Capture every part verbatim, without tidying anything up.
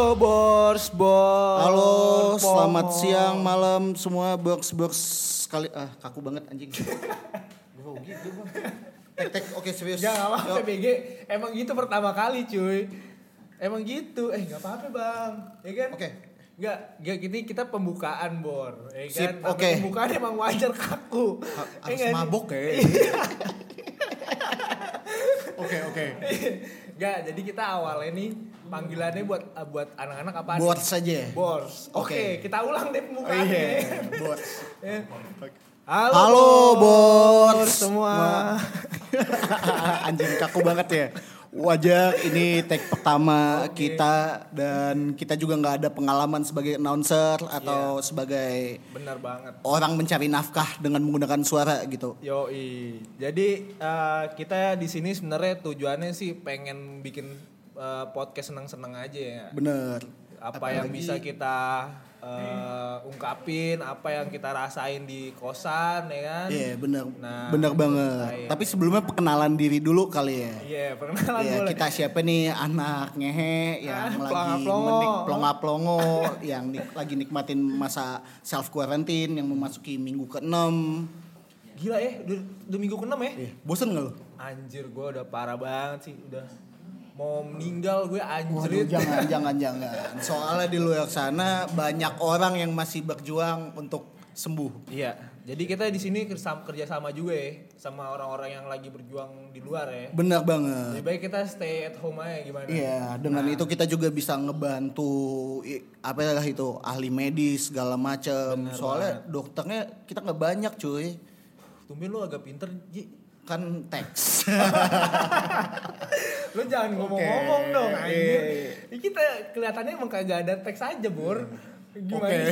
Halo bors, bors. Halo, selamat siang, malam semua box-box sekali. Ah, kaku banget anjing. Wow, gitu bang. Tek tek, oke serius. Jangan apa-apa B G. Emang gitu pertama kali cuy. Emang gitu. Eh nggak apa-apa bang. Ya kan? Oke. Nggak, nggak gini kita pembukaan bor. Ya kan? Sip, oke. Okay. Pembukaan emang wajar kaku. Ha- harus mabok ya. Oke oke. Nggak, jadi kita awalnya nih panggilannya buat buat anak-anak apa? Bors saja. Bors. Oke, okay. Oke. Kita ulang deh pembukaannya. Oh, iya. Bors. Halo, Halo bors semua. Anjing kaku banget ya. Wajar ini take pertama okay. kita dan kita juga nggak ada pengalaman sebagai announcer atau yeah. sebagai benar banget orang mencari nafkah dengan menggunakan suara gitu. Yoi. Jadi uh, kita di sini sebenarnya tujuannya sih pengen bikin uh, podcast seneng-seneng aja ya. Bener. Apa Apalagi, yang bisa kita uh, ungkapin, apa yang kita rasain di kosan ya kan? Iya yeah, bener, nah, bener banget. Saya. Tapi sebelumnya perkenalan diri dulu kali ya. Iya yeah, perkenalan yeah, boleh. Kita siapa nih anak ngehe yang ah, lagi menik plonga-plongo, yang nik- lagi nikmatin masa self quarantine yang memasuki minggu keenam. Gila ya, udah, udah minggu keenam ya? Yeah. Bosen gak lo? Anjir gue udah parah banget sih, udah mau meninggal gue Waduh, anjrit. jangan jangan jangan. Soalnya di luar sana banyak orang yang masih berjuang untuk sembuh. Iya. Jadi kita di sini kerja sama juga ya sama orang-orang yang lagi berjuang di luar ya. Benar banget. Lebih baik kita stay at home aja gimana? Iya, dengan nah. itu kita juga bisa ngebantu apa ya itu ahli medis segala macam. Soalnya banget. Dokternya kita nggak banyak cuy. Tumben lu agak pinter Ji. Kan teks. Lu jangan ngomong-ngomong okay. dong anjir. Ini kita kelihatannya emang kagak ada teks aja, Bor. Gimana? Okay.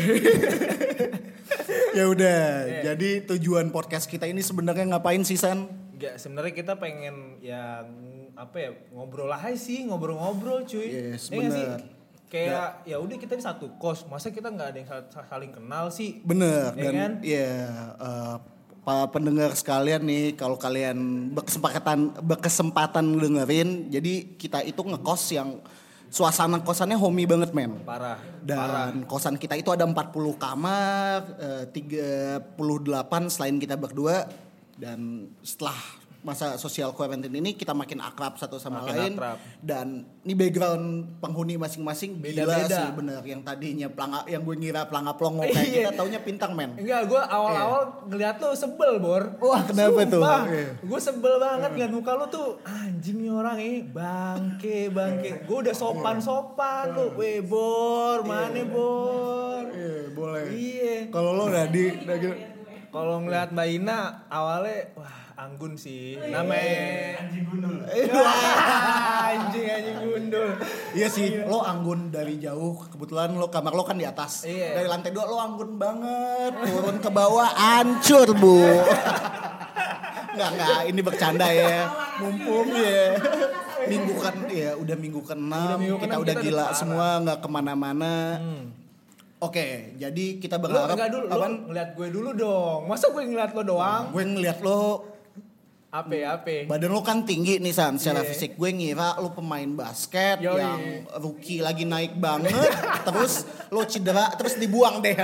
Ya udah. Yeah. Jadi tujuan podcast kita ini sebenarnya ngapain sih, San? Enggak, sebenarnya kita pengen yang apa ya? Ngobrol aja sih, ngobrol-ngobrol, cuy. Yes, ya benar. Kayak ya udah kita di satu kos, masa kita enggak ada yang saling kenal sih? Bener ya dan kan? ya uh, para pendengar sekalian nih, kalau kalian berkesempatan berkesempatan dengerin, jadi kita itu ngekos yang suasana kosannya homey banget men. Parah. Dan parah. Kosan kita itu ada empat puluh kamar, eh, tiga puluh delapan selain kita berdua. Dan setelah masa social quarantine ini kita makin akrab satu sama makin lain akrab. Dan ini background penghuni masing-masing beda-beda sih bener. Yang tadinya pelanga, yang gue ngira pelanga plongo kayak kita taunya pintang men. Enggak, gue awal-awal yeah. ngeliat lo sebel Bor. Wah kenapa Sumpah. tuh? Yeah. Gue sebel banget ngeliat muka lo tuh anjing nih orang ini bangke bangke. Gue udah sopan-sopan lo, weh Bor, mana Bor? Iya yeah, boleh. Iya. Kalau lo udah di, udah gitu. Kalau ngeliat Mbak Ina awalnya wah Anggun sih namanya anjing gundul. anjing anjing gundul. Iya sih, lo Anggun dari jauh. Kebetulan lo kamar lo kan di atas. Iya. Dari lantai dua lo Anggun banget. Turun ke bawah hancur, Bu. Enggak enggak, ini bercanda ya. Mumpung ya. Minggu kan ya udah minggu keenam. Kita udah kita gila semua, enggak kemana-mana. Hmm. Oke, jadi kita berharap. Lo enggak dulu, lo ngeliat gue dulu dong. Masa gue ngeliat lo doang? Gue ngeliat lo. Ape ape. Badan lo kan tinggi nih San, secara yeah. fisik. Gue ngira lo pemain basket Yoi. yang rookie lagi naik banget. Terus lo cedera, terus dibuang deh.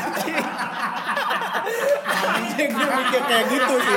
Anjing gue mikir kayak gitu sih.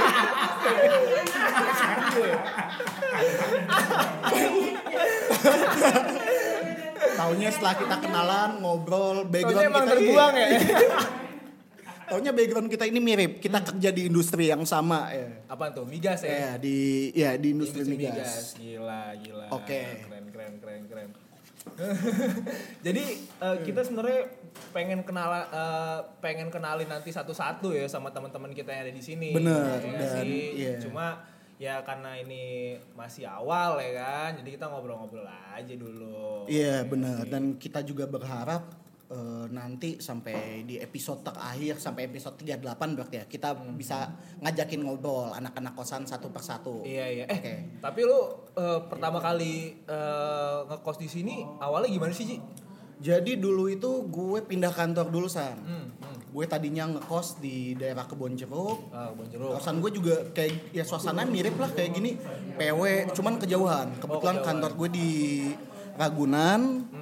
Taunya setelah kita kenalan, ngobrol, background kita terbuang ya. Taunya background kita ini mirip. Kita hmm. kerja di industri yang sama ya. Apa tuh? Migas ya? Ya di ya di industri, industri migas. migas. Gila, gila. Oke. Okay. Keren, keren, keren, keren. Jadi uh, kita sebenarnya pengen kenal uh, pengen kenalin nanti satu-satu ya sama teman-teman kita yang ada di sini. Bener. Ya, dan sih. Yeah. Cuma ya karena ini masih awal ya kan. Jadi kita ngobrol-ngobrol aja dulu. Iya, yeah, benar. Dan kita juga berharap Uh, nanti sampai di episode terakhir sampai episode tiga puluh delapan berarti ya kita hmm. bisa ngajakin ngobrol anak-anak kosan satu persatu. Iya iya. Eh okay. Tapi lu uh, pertama kali uh, ngekos di sini awalnya gimana sih Ji? Jadi dulu itu gue pindah kantor dulu San. Hmm, hmm. Gue tadinya ngekos di daerah Kebon Jeruk. Ah, Kebon Jeruk. Kosan gue juga kayak ya suasananya mirip lah kayak gini. P W cuman kejauhan. Kebetulan oh, kejauhan. Kantor gue di Ragunan. Hmm.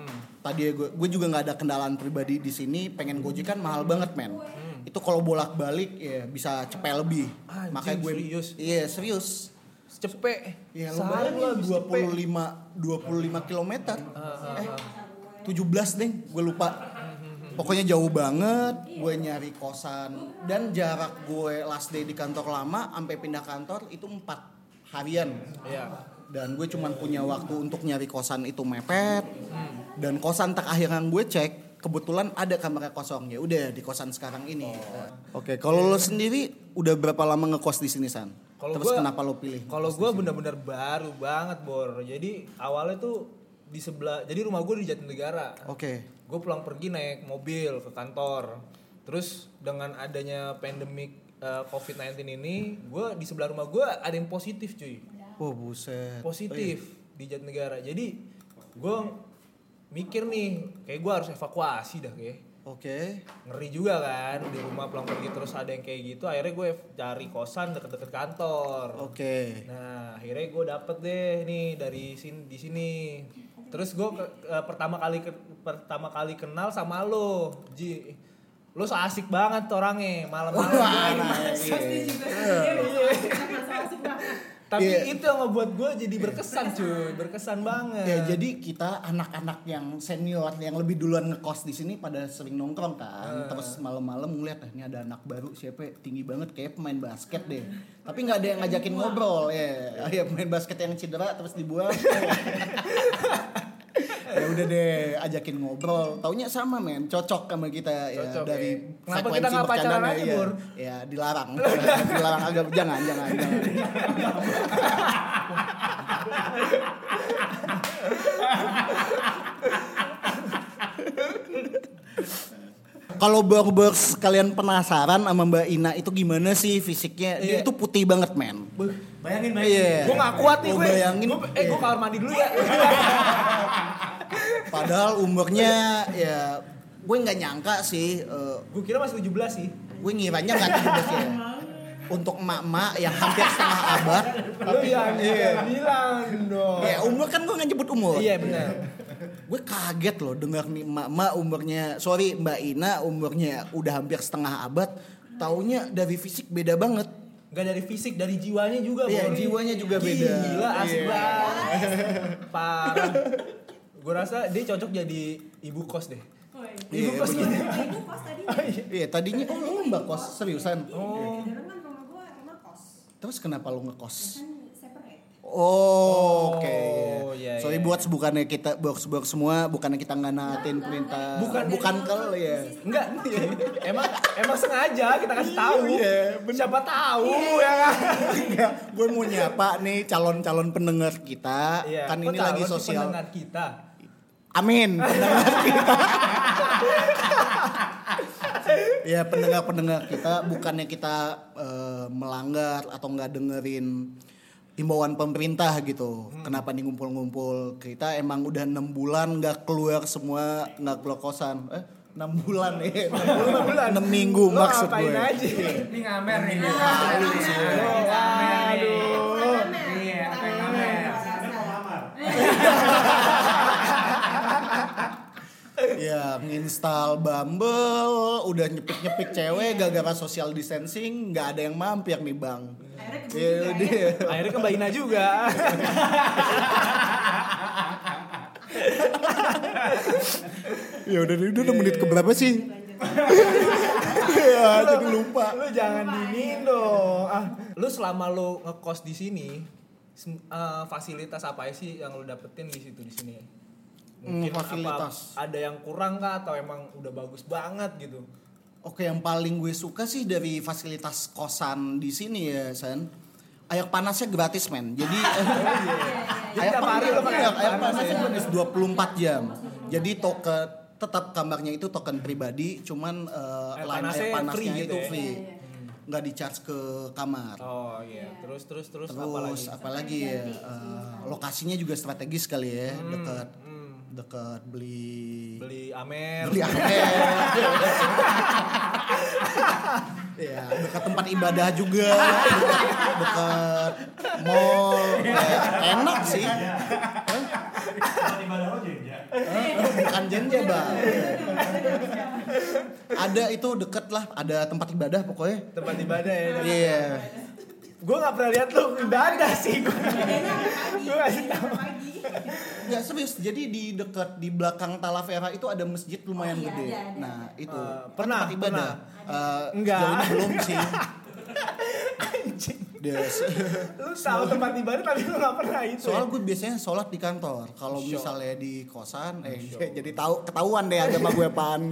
tadi gue gue juga nggak ada kendaraan pribadi di sini, pengen Gojek kan mahal banget men. Hmm. Itu kalau bolak-balik ya bisa cepet lebih. Anjing, makanya gue serius. Iya, serius. Cepet. Ya lumayan lah dua puluh lima kilometer. Uh, uh, eh tujuh belas deh, gue lupa. Pokoknya jauh banget, gue nyari kosan dan jarak gue last day di kantor lama sampai pindah kantor itu empat harian. Iya. Dan gue cuma punya waktu untuk nyari kosan itu mepet. Hmm. Dan kosan terakhir yang gue cek kebetulan ada kamarnya kosong, ya udah di kosan sekarang ini. Oh. Oke, kalau lo sendiri udah berapa lama ngekos di sini San? Kalo Terus gua, kenapa lo pilih? Kalau gue benar-benar baru banget Bor. Jadi awalnya tuh di sebelah, jadi rumah gue di Jatinegara. Oke. Okay. Gue pulang pergi naik mobil ke kantor. Terus dengan adanya pandemik uh, covid sembilan belas ini, gue di sebelah rumah gue ada yang positif cuy. Oh buset. Positif oh, iya. Di Jatinegara. Jadi gue mikir nih, kayak gue harus evakuasi dah kayak. Oke. Okay. Ngeri juga kan di rumah pulang pergi terus ada yang kayak gitu. Akhirnya gue cari kosan deket-deket kantor. Oke. Okay. Nah akhirnya gue dapet deh nih dari sini di sini. Terus gue ke, uh, pertama kali ke, pertama kali kenal sama lo, Ji. Lo so asik banget orangnya, malam-malam. Pasti juga asik banget. Tapi yeah. itu yang ngebuat gue jadi berkesan cuy, berkesan banget. Ya jadi kita anak-anak yang senior yang lebih duluan ngekos di sini pada sering nongkrong kan. Uh. Terus malam-malam ngeliat, ini ada anak baru siapa tinggi banget kayak pemain basket deh. Tapi nggak ada yang ngajakin ngobrol ya. Ya pemain basket yang cedera terus dibuang. Ya udah deh ajakin ngobrol, taunya sama men, cocok sama kita ya. Cocok, dari ya. Kenapa kita nggak pacaran aja ya, Bur? Ya dilarang, dilarang agak jangan jangan jangan. Kalau Borbers kalian penasaran sama Mbak Ina itu gimana sih fisiknya? Dia itu putih banget men. Bayangin bayangin. Yeah. Gue nggak kuat nih gue. Bayangin. Gua, eh gue kamar mandi dulu ya. Padahal umurnya ya gue nggak nyangka sih. Uh, gue kira masih tujuh belas sih. Gue ngiranya nggak tujuh belas ya. Untuk emak-emak yang hampir setengah abad. Tapi yang iya. bilang dong. Ya umur kan gue nggak nyebut umur. Iya benar. Gue kaget loh dengar nih emak-emak umurnya, sorry Mbak Ina umurnya udah hampir setengah abad. Taunya dari fisik beda banget. Gak dari fisik, dari jiwanya juga. Iya jiwanya juga beda. Gila asik yeah. banget. Parah. Gue rasa dia cocok jadi ibu kos deh. Oh, iya. Ibu yeah, kos gitu. Ibu kos tadinya. Oh, iya. Iya tadinya oh lu mbak kos seriusan. Oh. Iya, kan rumah gue rumah kos. Terus kenapa lu ngekos? Kan separate. Oh, oke. Okay. Yeah, Sorry yeah. buat bukannya kita box-box semua, bukannya kita nggak naatin perintah. Bukan bukan kalau ya. Enggak. emang emang sengaja kita kasih tahu. Iya, siapa tahu ya kan. Enggak, gue mau nyapa nih calon-calon pendengar kita. Iya. Kan ini lagi sosial. Pendengar kita. Amin, pendengar kita. Ya pendengar-pendengar kita bukannya kita uh, melanggar atau nggak dengerin himbauan pemerintah gitu. Hmm. Kenapa nih ngumpul-ngumpul? Kita emang udah enam bulan nggak keluar semua, nggak keluar kosan. Eh enam bulan nih, enam bulan, enam minggu lo maksud gue. Lo ngapain aja? Ini ngamer nih. Aduh. Iya, apa yang ngamer? Ya nginstal Bumble, udah nyepik-nyepik cewek gara-gara social distancing, nggak ada yang mampir nih bang. Akhirnya ke ya, ya. Akhirnya ke Mbak Ina juga. Ya udah udah udah menit ke berapa sih? Ya jadi lupa. Lu jangan dingin dong. Ah, lu selama lu ngekos di sini, uh, fasilitas apa sih yang lu dapetin di situ di sini? Mungkin hmm, fasilitas. Apa, ada yang kurang kah atau emang udah bagus banget gitu? Oke, yang paling gue suka sih dari fasilitas kosan di sini ya, San. Air panasnya gratis, men. Jadi air panas air, air panasnya gratis dua puluh empat jam. Jadi token tetap kamarnya itu token pribadi, cuman uh, air line panasnya air panasnya free itu gitu ya? free. Nggak di charge ke kamar. Oh iya. Terus terus terus, terus apa lagi? Apalagi ya, uh, lokasinya juga strategis kali ya, hmm, dekat hmm. dekat beli beli Amer. Beli Amer. Ya, dekat tempat ibadah juga, dekat mall, ya, enak sih. ibadah lo Jenja. Bukan Jenja bang. Ada itu deket lah, ada tempat ibadah pokoknya. Tempat ibadah ya. Iya. Gue nggak pernah lihat lu ibadah sih. Gue Gue kasih tahu. Nggak serius, jadi di dekat di belakang Talavera itu ada masjid lumayan Oh, iya, gede. ada, ada. Nah itu Uh, pernah, tempat ibadah. Eh, Enggak. sejauh ini belum sih. Des. Lu tahu tempat ibadah tapi lu nggak pernah itu. Soal gue biasanya sholat di kantor. Kalau Show. misalnya di kosan, eh jadi tahu ketahuan deh agama gue pan.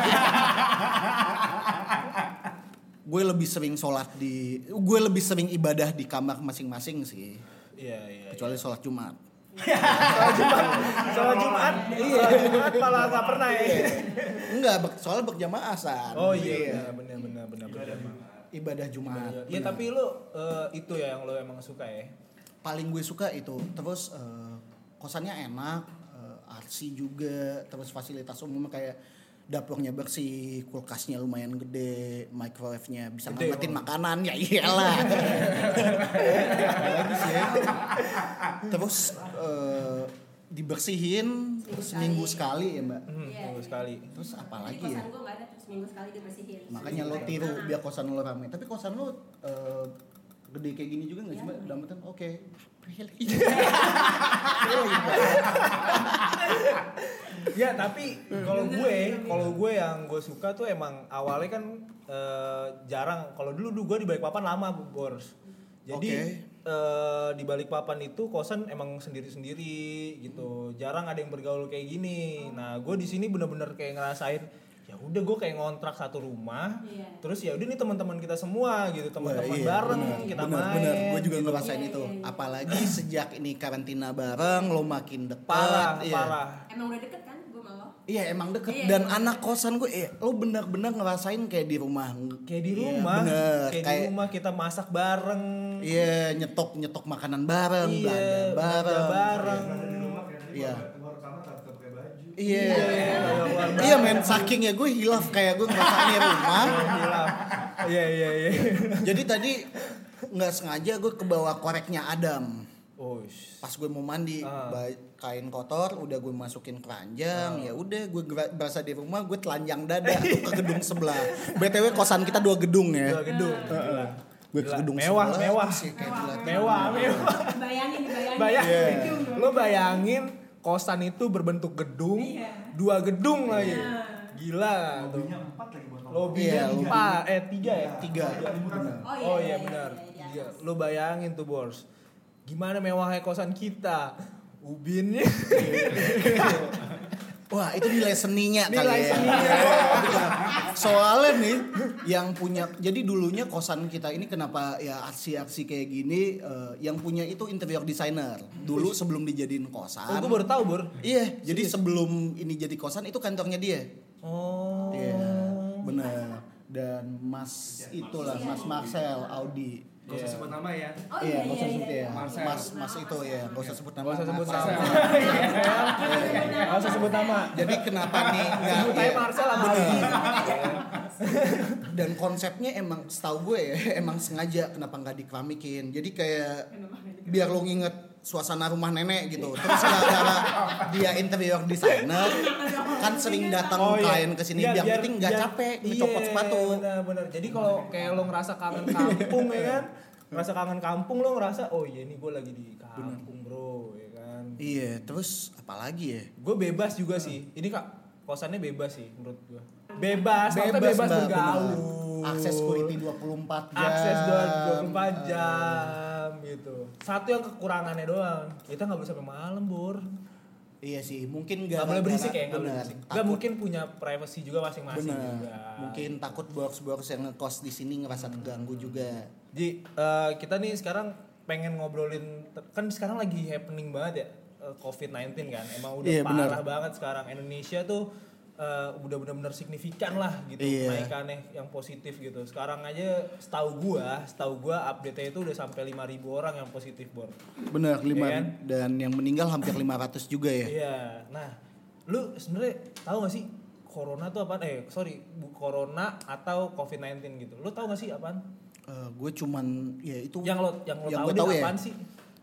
Gue lebih sering sholat di, gue lebih sering ibadah di kamar masing-masing sih. Iya iya. Kecuali sholat Jumat. Sholat Jumat, sholat Jumat, sholat Jumat malah nggak pernah ya. Enggak, bek- soalnya berjamaah san. Oh iya, benar benar benar benar. Ibadah Jumat. Iya tapi lu eh, itu ya yang lu emang suka ya. Paling gue suka itu. Terus eh, kosannya enak, eh, arsi juga, terus fasilitas umum kayak dapurnya bersih, kulkasnya lumayan gede, microwave-nya bisa Gede, ngangetin oh. makanan, ya iyalah. Bagus ya. Terus eh, dibersihin Seminggu seminggu sekali. sekali ya mbak. Hmm, Iya. bagus sekali. Terus apa Di lagi kosan ya? gue nggak ada terus minggu sekali dibersihin. Makanya lo tiru biar kosan lo rame. Tapi kosan lo eh, gede kayak gini juga nggak sih mbak? Dametan oke. Ya tapi kalau gue, kalau gue yang gue suka tuh emang awalnya kan eh, jarang. Kalau dulu dulu gue di Balikpapan lama Bors. Jadi Oke. eh, di Balikpapan itu kosan emang sendiri-sendiri gitu. Jarang ada yang bergaul kayak gini. Nah gue di sini bener-bener kayak ngerasain. Ya udah gue kayak ngontrak satu rumah. Iya. Terus ya udah nih teman-teman kita semua gitu, teman-teman Wah, iya, bareng bener, kita bener, main. bener. Gue juga gitu. ngerasain Iya, itu. iya, iya. Apalagi sejak ini karantina bareng, lo makin dekat. Parah, iya. parah. Emang udah deket kan gue sama lo? Iya emang deket. Iya, Dan iya. anak kosan gue, eh, lo bener-bener ngerasain kayak di rumah. Kayak di Iya, rumah, bener. kayak, di rumah kita masak bareng. Iya nyetok nyetok makanan bareng, Iya, belanja belanja bareng. bareng. Di rumah kayak tadi Iya. keluar kamar tetap pakai baju. Iya. Iya, Iya men, saking ya gue hilaf kayak gue ngerasain di rumah. Gila. Iya iya iya. Jadi tadi nggak sengaja gue kebawa koreknya Adam. Oh. Pas gue mau mandi, Ah. ba- kain kotor udah gue masukin keranjang, ya udah gue ger- berasa di rumah gue telanjang dada tuh ke gedung sebelah. B T W kosan kita dua gedung ya. Dua gedung. Gila. Gue ke Gila. gedung mewah, sebelah, mewah. sih kayak gila. Mewah, mewah. Bayangin, dibayangin. Bayangin. Gedung dong. Lo bayangin kosan itu berbentuk gedung, Iya. dua gedung lagi. Iya. Gila tuh. Lobinya empat lagi buat ngomong. Lobinya Iya, lobi. empat, eh tiga ya? Tiga. Bener. Oh iya, Oh iya, iya benar. iya, Iya. iya. Lo bayangin tuh Bors. Gimana mewahnya kosan kita? Ubinnya. Wah itu nilai seninya kali Nilai ya. seninya. Soalnya nih yang punya, jadi dulunya kosan kita ini kenapa ya aksi-aksi kayak gini, eh, yang punya itu interior designer. Dulu sebelum dijadiin kosan. Oh, gue baru tahu, Bor. Iya, jadi sebelum ini jadi kosan itu kantornya dia. Oh. Iya, benar. Dan Mas itulah Mas Marcel Audi. Gak usah sebut nama ya. Oh Iya, iya, nggak usah iya, sebut iya. ya. Marcel. Mas Mas itu ya, nggak usah sebut nama. Gak usah sebut Marcel. nama. Gak usah sebut nama. Jadi kenapa nih nggak? Sebut aja iya. Marcel sama Audi. Dan konsepnya emang setahu gue ya, emang sengaja kenapa nggak dikeramikin. Jadi kayak biar lo nginget suasana rumah nenek gitu. Terus gara-gara dia interior designer kan sering datang Oh, iya. klien ke sini, Biar- yang biar- penting nggak biar- capek iya, ngecopot sepatu. Benar-benar. Jadi kalau kayak lo ngerasa kangen kampung ya kan, ngerasa kangen kampung lo ngerasa oh iya nih gue lagi di kampung bro ya kan. Iya, terus apalagi ya? Gue bebas juga sih. Ini kak kosannya bebas sih menurut gue. Bebas, maksudnya Bebas, bebas Mbak, bergaul. benar. Akses security dua puluh empat jam. Akses dua puluh empat jam gitu. Satu yang kekurangannya doang. Kita nggak boleh sampai malam, Bur. Iya sih, mungkin Nggak gara-gara boleh berisik ya, nggak boleh benar, berisik. Nggak takut- mungkin punya privacy juga masing-masing benar. juga. Mungkin takut box-box yang ngekos di sini ngerasa terganggu juga. Jadi eh, kita nih sekarang pengen ngobrolin, kan sekarang lagi happening banget ya eh, covid sembilan belas kan. Emang udah Iya, parah benar. banget sekarang. Indonesia tuh eh, udah benar-benar signifikan lah gitu Iya. kenaikannya yang positif gitu. Sekarang aja setahu gua, setahu gua update-nya itu udah sampai lima ribu orang yang positif, Bor. Benar, lima Iya kan? dan yang meninggal hampir lima ratus juga ya. Iya. Nah, lu sebenarnya tahu gak sih corona tuh apaan? Eh, sorry, bu corona atau covid sembilan belas gitu. Lu tahu gak sih apaan? Eh, gue cuman ya itu Yang lo yang lo Yang tahu gua deh tahu ya. apaan sih?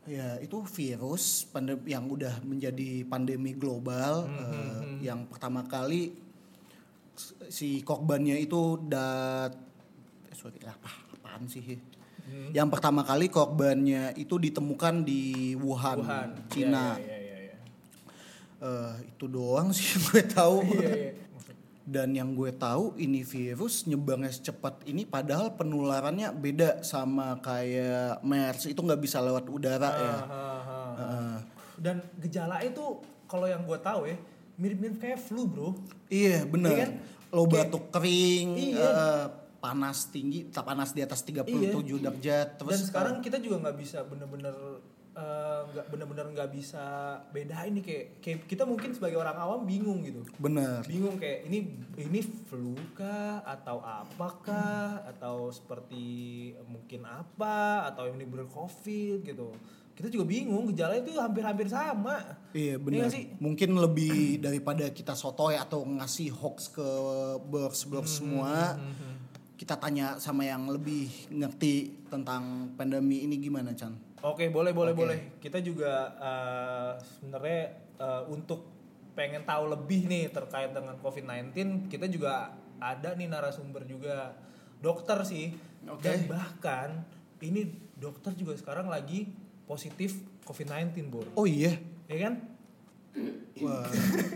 Ya itu virus pandem- yang udah menjadi pandemi global. Hmm, eh, hmm, hmm. Yang pertama kali si korbannya itu dat eh, sorry apa apaan sih? Hmm. Yang pertama kali korbannya itu ditemukan di Wuhan, Wuhan. Cina. Iya, iya, iya, iya. Eh, itu doang sih yang gue tahu. Iya, iya. Dan yang gue tahu ini virus nyebarnya secepat ini padahal penularannya beda sama kayak MERS, itu nggak bisa lewat udara ya. Ah, ah, ah. Uh, Dan gejala itu kalau yang gue tahu ya mirip-mirip kayak flu bro. iya benar. Iya kan? Lo Kayak- batuk kering, Iya. eh, panas tinggi, tak panas di atas tiga puluh tujuh derajat. Terus Dan sekarang kita juga nggak bisa bener-bener eh, nggak bener-bener nggak bisa bedain nih kayak kayak kita mungkin sebagai orang awam bingung gitu. bener. Bingung kayak ini ini flu kah atau apakah atau seperti mungkin apa atau ini bener covid gitu. Kita juga bingung, gejala itu hampir-hampir sama. Iya Iya benar. nggak sih? Mungkin lebih daripada kita sotoy atau ngasih hoax ke bers-bers semua. Kita tanya sama yang lebih ngerti tentang pandemi ini gimana, Chan? Oke, boleh, boleh, Oke. boleh. Kita juga eh, sebenarnya eh, untuk pengen tahu lebih nih terkait dengan covid sembilan belas, kita juga ada nih narasumber juga dokter sih. Oke. Dan bahkan ini dokter juga sekarang lagi positif covid sembilan belas, Bor. Oh iya. Ya kan? Wah,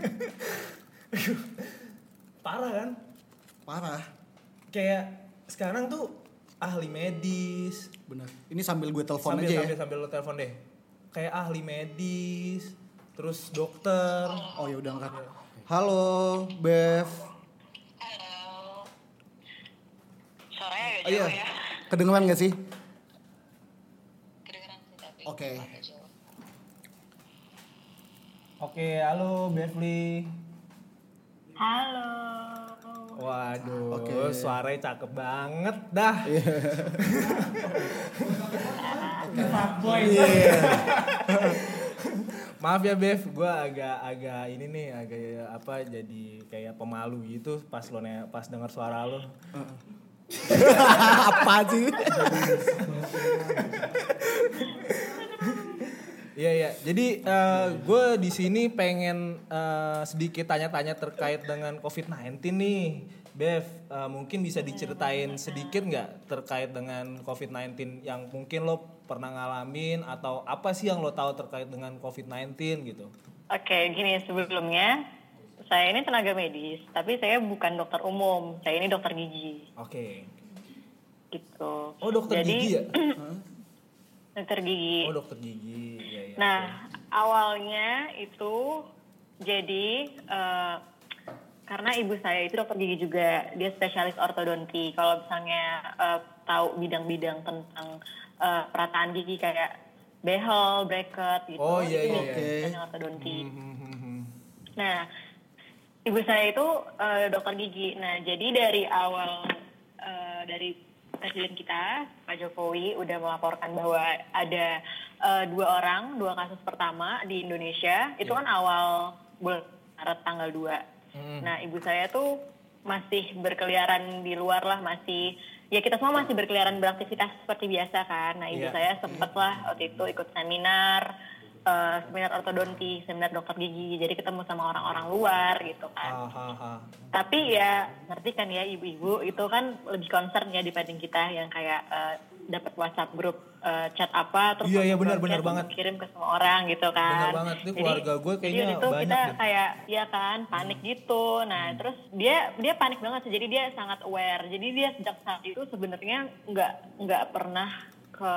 Parah kan? parah. Kayak sekarang tuh ahli medis, Benar. Ini sambil gue telepon sambil aja sambil ya. sambil lo telepon deh. Kayak ahli medis, terus dokter. Oh ya udah angkat. Halo, Bev. Halo. Suaranya agak Oh, jauh iya. ya. Kedengeran gak sih? Kedengeran sih tapi. Oke. agak jauh. Oke, halo Beverly. Halo. Waduh, Oke. suaranya cakep banget dah. Fuckboy. Iya. Maaf ya Bev, gue agak-agak ini nih, agak apa jadi kayak pemalu gitu pas lo ne- pas dengar suara lo. Apa sih? Iya iya. Jadi gue di sini pengen eh, sedikit tanya-tanya terkait dengan covid sembilan belas nih, Bev. eh, mungkin bisa diceritain sedikit nggak terkait dengan covid sembilan belas yang mungkin lo pernah ngalamin atau apa sih yang lo tahu terkait dengan covid sembilan belas gitu? Oke, gini sebelumnya saya ini tenaga medis, tapi saya bukan dokter umum. Saya ini dokter gigi. Oke. Gitu. Oh dokter Jadi, gigi ya? dokter gigi. Oh dokter gigi. Iya iya. Nah, awalnya itu jadi eh, karena ibu saya itu dokter gigi juga, dia spesialis ortodonti. Kalau misalnya eh, tahu bidang-bidang tentang eh, perataan gigi kayak behel, bracket gitu, Oh, iya, itu iya, iya. kan yang ortodonti. Hmm, hmm, hmm, hmm. Nah, ibu saya itu eh, dokter gigi. Nah, jadi dari awal eh, dari presiden kita Pak Jokowi udah melaporkan bahwa ada uh, dua orang, dua kasus pertama di Indonesia. Itu Yeah. kan awal bulan Maret tanggal dua. Mm. Nah, ibu saya tuh masih berkeliaran di luar lah, masih ya kita semua masih berkeliaran beraktivitas seperti biasa kan. Nah, ibu Yeah. saya sempet lah waktu itu ikut seminar, uh, seminar ortodonti, seminar dokter gigi. Jadi ketemu sama orang-orang luar gitu kan. Ah, ah, ah. Tapi ya ngerti kan ya ibu-ibu itu kan lebih concern ya dibanding kita yang kayak uh, dapat WhatsApp grup uh, chat apa terus Iya, iya, langsung benar, chat, benar langsung banget. kirim ke semua orang gitu kan. Benar banget. Itu keluarga gue kayaknya jadi itu banyak kita deh. kayak ya kan panik gitu. Nah terus dia dia panik banget sih. Jadi dia sangat aware. Jadi dia sejak saat itu sebenarnya nggak nggak pernah ke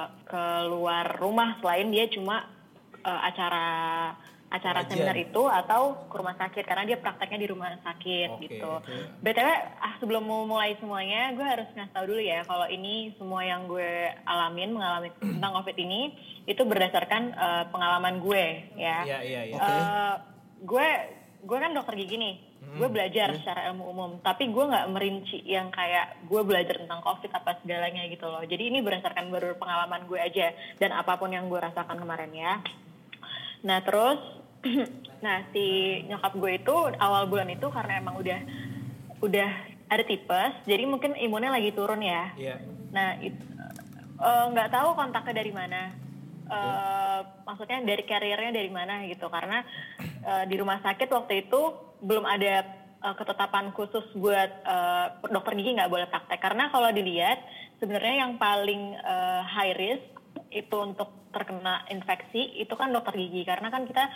keluar rumah selain dia cuma uh, acara acara Pengajian. seminar itu atau ke rumah sakit karena dia prakteknya di rumah sakit Oke, gitu. oke. B T W ah sebelum mau mulai semuanya gue harus ngasih tahu dulu ya kalau ini semua yang gue alamin mengalami tentang COVID ini itu berdasarkan uh, pengalaman gue ya. Iya iya iya. Oke. Uh, gue gue kan dokter gigi nih. Gue belajar secara ilmu umum, tapi gue nggak merinci yang kayak gue belajar tentang COVID apa segalanya gitu loh. Jadi ini berdasarkan baru pengalaman gue aja dan apapun yang gue rasakan kemarin ya. Nah terus, nah si nyokap gue itu awal bulan itu karena emang udah udah ada tipes, jadi mungkin imunnya lagi turun ya. Iya. Nah it- eh, nggak tahu kontaknya dari mana. uh, maksudnya dari karirnya dari mana gitu, karena uh, di rumah sakit waktu itu belum ada uh, ketetapan khusus buat uh, dokter gigi nggak boleh praktek, karena kalau dilihat sebenarnya yang paling uh, high risk itu untuk terkena infeksi itu kan dokter gigi, karena kan kita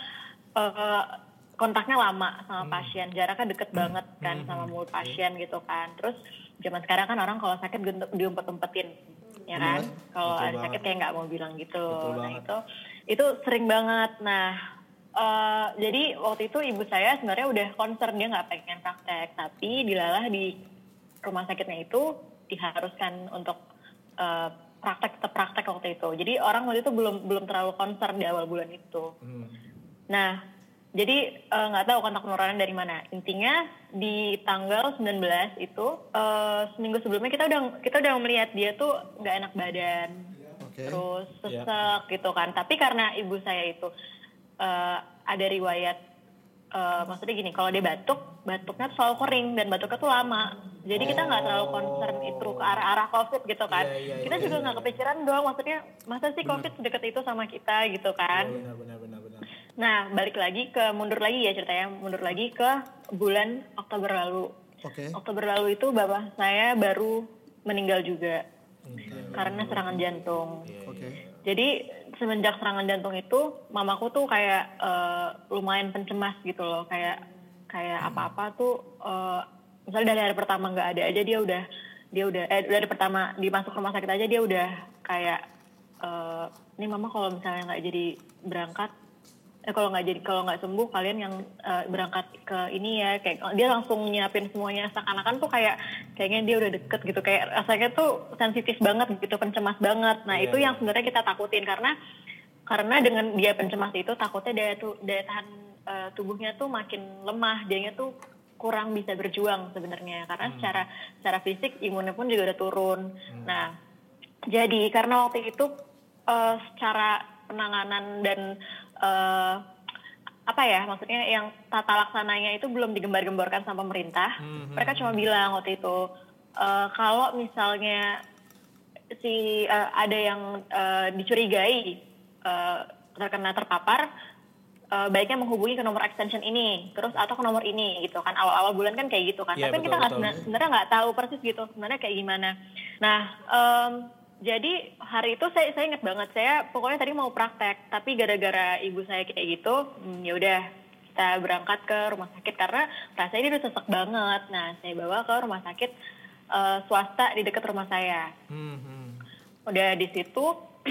uh, kontaknya lama sama pasien, jaraknya deket banget kan sama mulut pasien gitu kan. Terus zaman sekarang kan orang kalau sakit diumpet-umpetin, ya kan? Kalau ada sakit kayak nggak mau bilang gitu. Betul nah banget. itu itu sering banget. Nah uh, jadi waktu itu ibu saya sebenarnya udah concern, dia nggak pengen praktek, tapi dilalah di rumah sakitnya itu diharuskan untuk uh, praktek tetap praktek waktu itu. Jadi orang waktu itu belum belum terlalu concern di awal bulan itu. Hmm. Nah jadi nggak uh, tahu kontak nuranan dari mana. Intinya di tanggal sembilan belas itu uh, seminggu sebelumnya kita udah kita udah melihat dia tuh nggak enak badan, okay. terus sesek yeah. gitu kan. Tapi karena ibu saya itu uh, ada riwayat, uh, maksudnya gini, kalau dia batuk, batuknya tuh selalu kering dan batuknya tuh lama. Jadi kita nggak terlalu concern itu ke arah-arah COVID gitu kan. Yeah, yeah, kita yeah, juga nggak yeah. kepikiran dong, maksudnya masa sih COVID sedekat itu sama kita gitu kan. Yeah, benar, benar, benar. Nah, balik lagi ke mundur lagi ya ceritanya, mundur lagi ke bulan Oktober lalu. Okay. Oktober lalu itu bapak saya baru meninggal juga okay. karena serangan jantung. Okay. Jadi semenjak serangan jantung itu, mamaku tuh kayak uh, lumayan pencemas gitu loh, kayak kayak hmm. apa-apa tuh, uh, misalnya dari hari pertama nggak ada aja dia udah dia udah eh dari pertama dimasuk rumah sakit aja dia udah kayak, uh, ini mama kalau misalnya nggak jadi berangkat. Eh, kalau nggak jadi kalau nggak sembuh kalian yang uh, berangkat ke ini ya, kayak dia langsung nyiapin semuanya, seakan-akan tuh kayak kayaknya dia udah deket gitu, kayak rasanya tuh sensitif banget gitu, pencemas banget. Nah yeah, itu yeah. yang sebenarnya kita takutin, karena karena dengan dia pencemas itu takutnya daya tuh daya tahan uh, tubuhnya tuh makin lemah, dianya tuh kurang bisa berjuang sebenarnya, karena hmm. secara secara fisik imunnya pun juga udah turun. Hmm. Nah jadi karena waktu itu uh, secara penanganan dan Uh, apa ya, maksudnya yang tata laksananya itu belum digembar-gemborkan sama pemerintah. Mm-hmm. Mereka cuma bilang waktu itu uh, kalau misalnya si uh, ada yang uh, dicurigai uh, terkena terpapar, uh, baiknya menghubungi ke nomor extension ini, terus atau ke nomor ini gitu kan. Awal-awal bulan kan kayak gitu kan. Yeah, tapi betul, kita nggak sebenarnya nggak tahu persis gitu sebenarnya kayak gimana. Nah. Um, Jadi hari itu saya saya ingat banget, saya pokoknya tadi mau praktek, tapi gara-gara ibu saya kayak gitu, hmm, ya udah kita berangkat ke rumah sakit karena rasanya dia udah sesek banget. Nah saya bawa ke rumah sakit uh, swasta di dekat rumah saya. Hmm. Udah di situ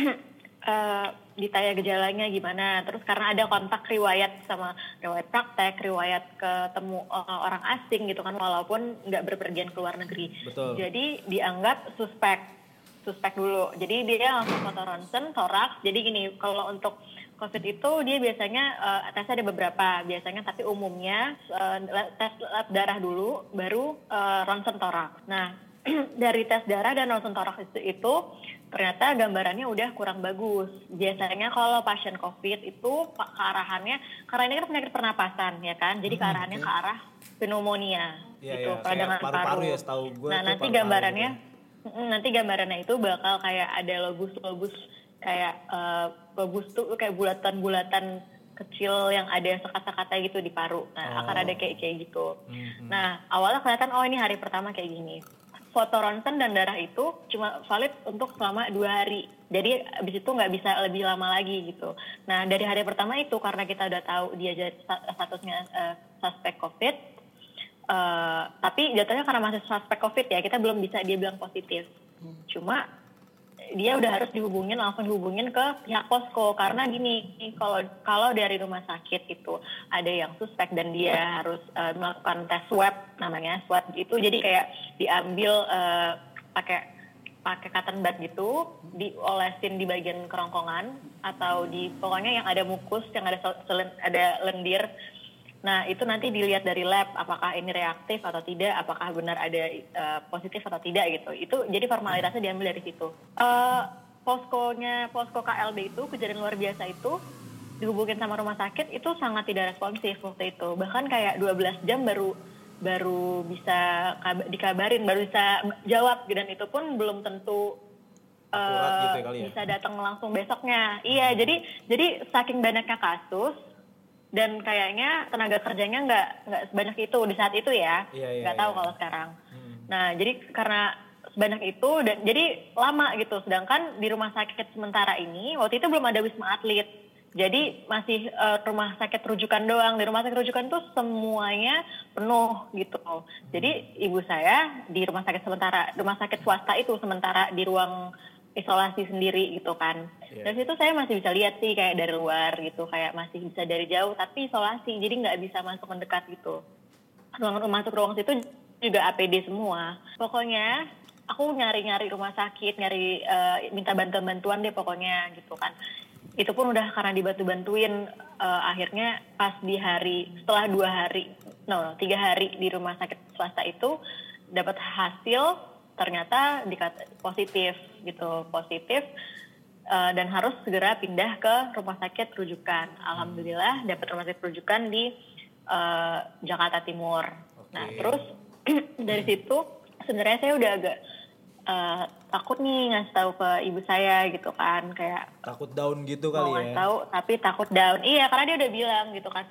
uh, ditanya gejalanya gimana, terus karena ada kontak riwayat sama riwayat praktek, riwayat ketemu uh, orang asing gitu kan, walaupun nggak berpergian ke luar negeri. Betul. Jadi dianggap suspek. suspek dulu. Jadi dia langsung foto ronsen, toraks. Jadi gini, kalau untuk COVID itu dia biasanya uh, tesnya ada beberapa biasanya, tapi umumnya uh, tes lab darah dulu, baru uh, ronsen toraks. Nah, dari tes darah dan ronsen toraks itu, itu ternyata gambarannya udah kurang bagus. Biasanya kalau pasien COVID itu kearahannya, karena ini kan penyakit pernapasan ya kan, jadi hmm, kearahannya okay. ke arah pneumonia ya, gitu, ya, peradangan paru. Ya, setahu gue nah nanti gambarannya nanti gambarannya itu bakal kayak ada lobus-lobus kayak uh, lobus tuh kayak bulatan-bulatan kecil yang ada sekat-sekatnya gitu di paru. Nah, oh. akan ada kayak kayak gitu. Mm-hmm. Nah, awalnya kelihatan oh ini hari pertama kayak gini. Foto ronsen dan darah itu cuma valid untuk selama dua hari. Jadi abis itu nggak bisa lebih lama lagi gitu. Nah, dari hari pertama itu karena kita udah tahu dia jadi statusnya uh, suspek COVID. Uh, tapi jatuhnya karena masih suspek COVID ya, kita belum bisa dia bilang positif. Hmm. Cuma dia udah harus dihubungin, langsung dihubungin ke pihak posko, karena gini, kalau kalau dari rumah sakit itu ada yang suspek dan dia harus uh, melakukan tes swab, namanya swab gitu, jadi kayak diambil uh, pakai pakai cotton bud gitu, diolesin di bagian kerongkongan atau di pokoknya yang ada mukus, yang ada selen, ada lendir. Nah itu nanti dilihat dari lab apakah ini reaktif atau tidak, apakah benar ada uh, positif atau tidak gitu. Itu jadi formalitasnya diambil dari situ. Uh, poskonya posko K L B itu, kejadian luar biasa itu dihubungin sama rumah sakit itu sangat tidak responsif waktu itu. Bahkan kayak dua belas jam baru baru bisa kab- dikabarin, baru bisa jawab, dan itu pun belum tentu Akurat uh, gitu ya kali ya? bisa datang langsung besoknya. Iya, jadi jadi saking banyaknya kasus dan kayaknya tenaga kerjanya nggak nggak sebanyak itu di saat itu ya. Iya, iya, Nggak tahu iya. kalau sekarang. Hmm. Nah, jadi karena sebanyak itu dan jadi lama gitu. Sedangkan di rumah sakit sementara ini waktu itu belum ada wisma atlet. Jadi masih uh, rumah sakit rujukan doang. Di rumah sakit rujukan tuh semuanya penuh gitu. Jadi ibu saya di rumah sakit sementara, rumah sakit swasta itu sementara di ruang isolasi sendiri gitu kan. Yeah. Dari situ saya masih bisa lihat sih kayak dari luar gitu, kayak masih bisa dari jauh tapi isolasi. Jadi nggak bisa masuk mendekat gitu. Ruang masuk ruang situ juga A P D semua. Pokoknya aku nyari-nyari rumah sakit, nyari uh, minta bantuan-bantuan deh pokoknya gitu kan. Itu pun udah karena dibantu-bantuin uh, akhirnya pas di hari setelah dua hari no tiga hari di rumah sakit swasta itu dapat hasil ternyata dikata positif gitu positif uh, dan harus segera pindah ke rumah sakit rujukan. Alhamdulillah dapat rumah sakit rujukan di uh, Jakarta Timur. Okay. Nah terus dari situ sebenarnya saya udah agak Uh, takut nih ngasih tahu ke ibu saya gitu kan, kayak takut down gitu mau kali ngasih ya. tahu tapi takut down. Iya, karena dia udah bilang gitu kan,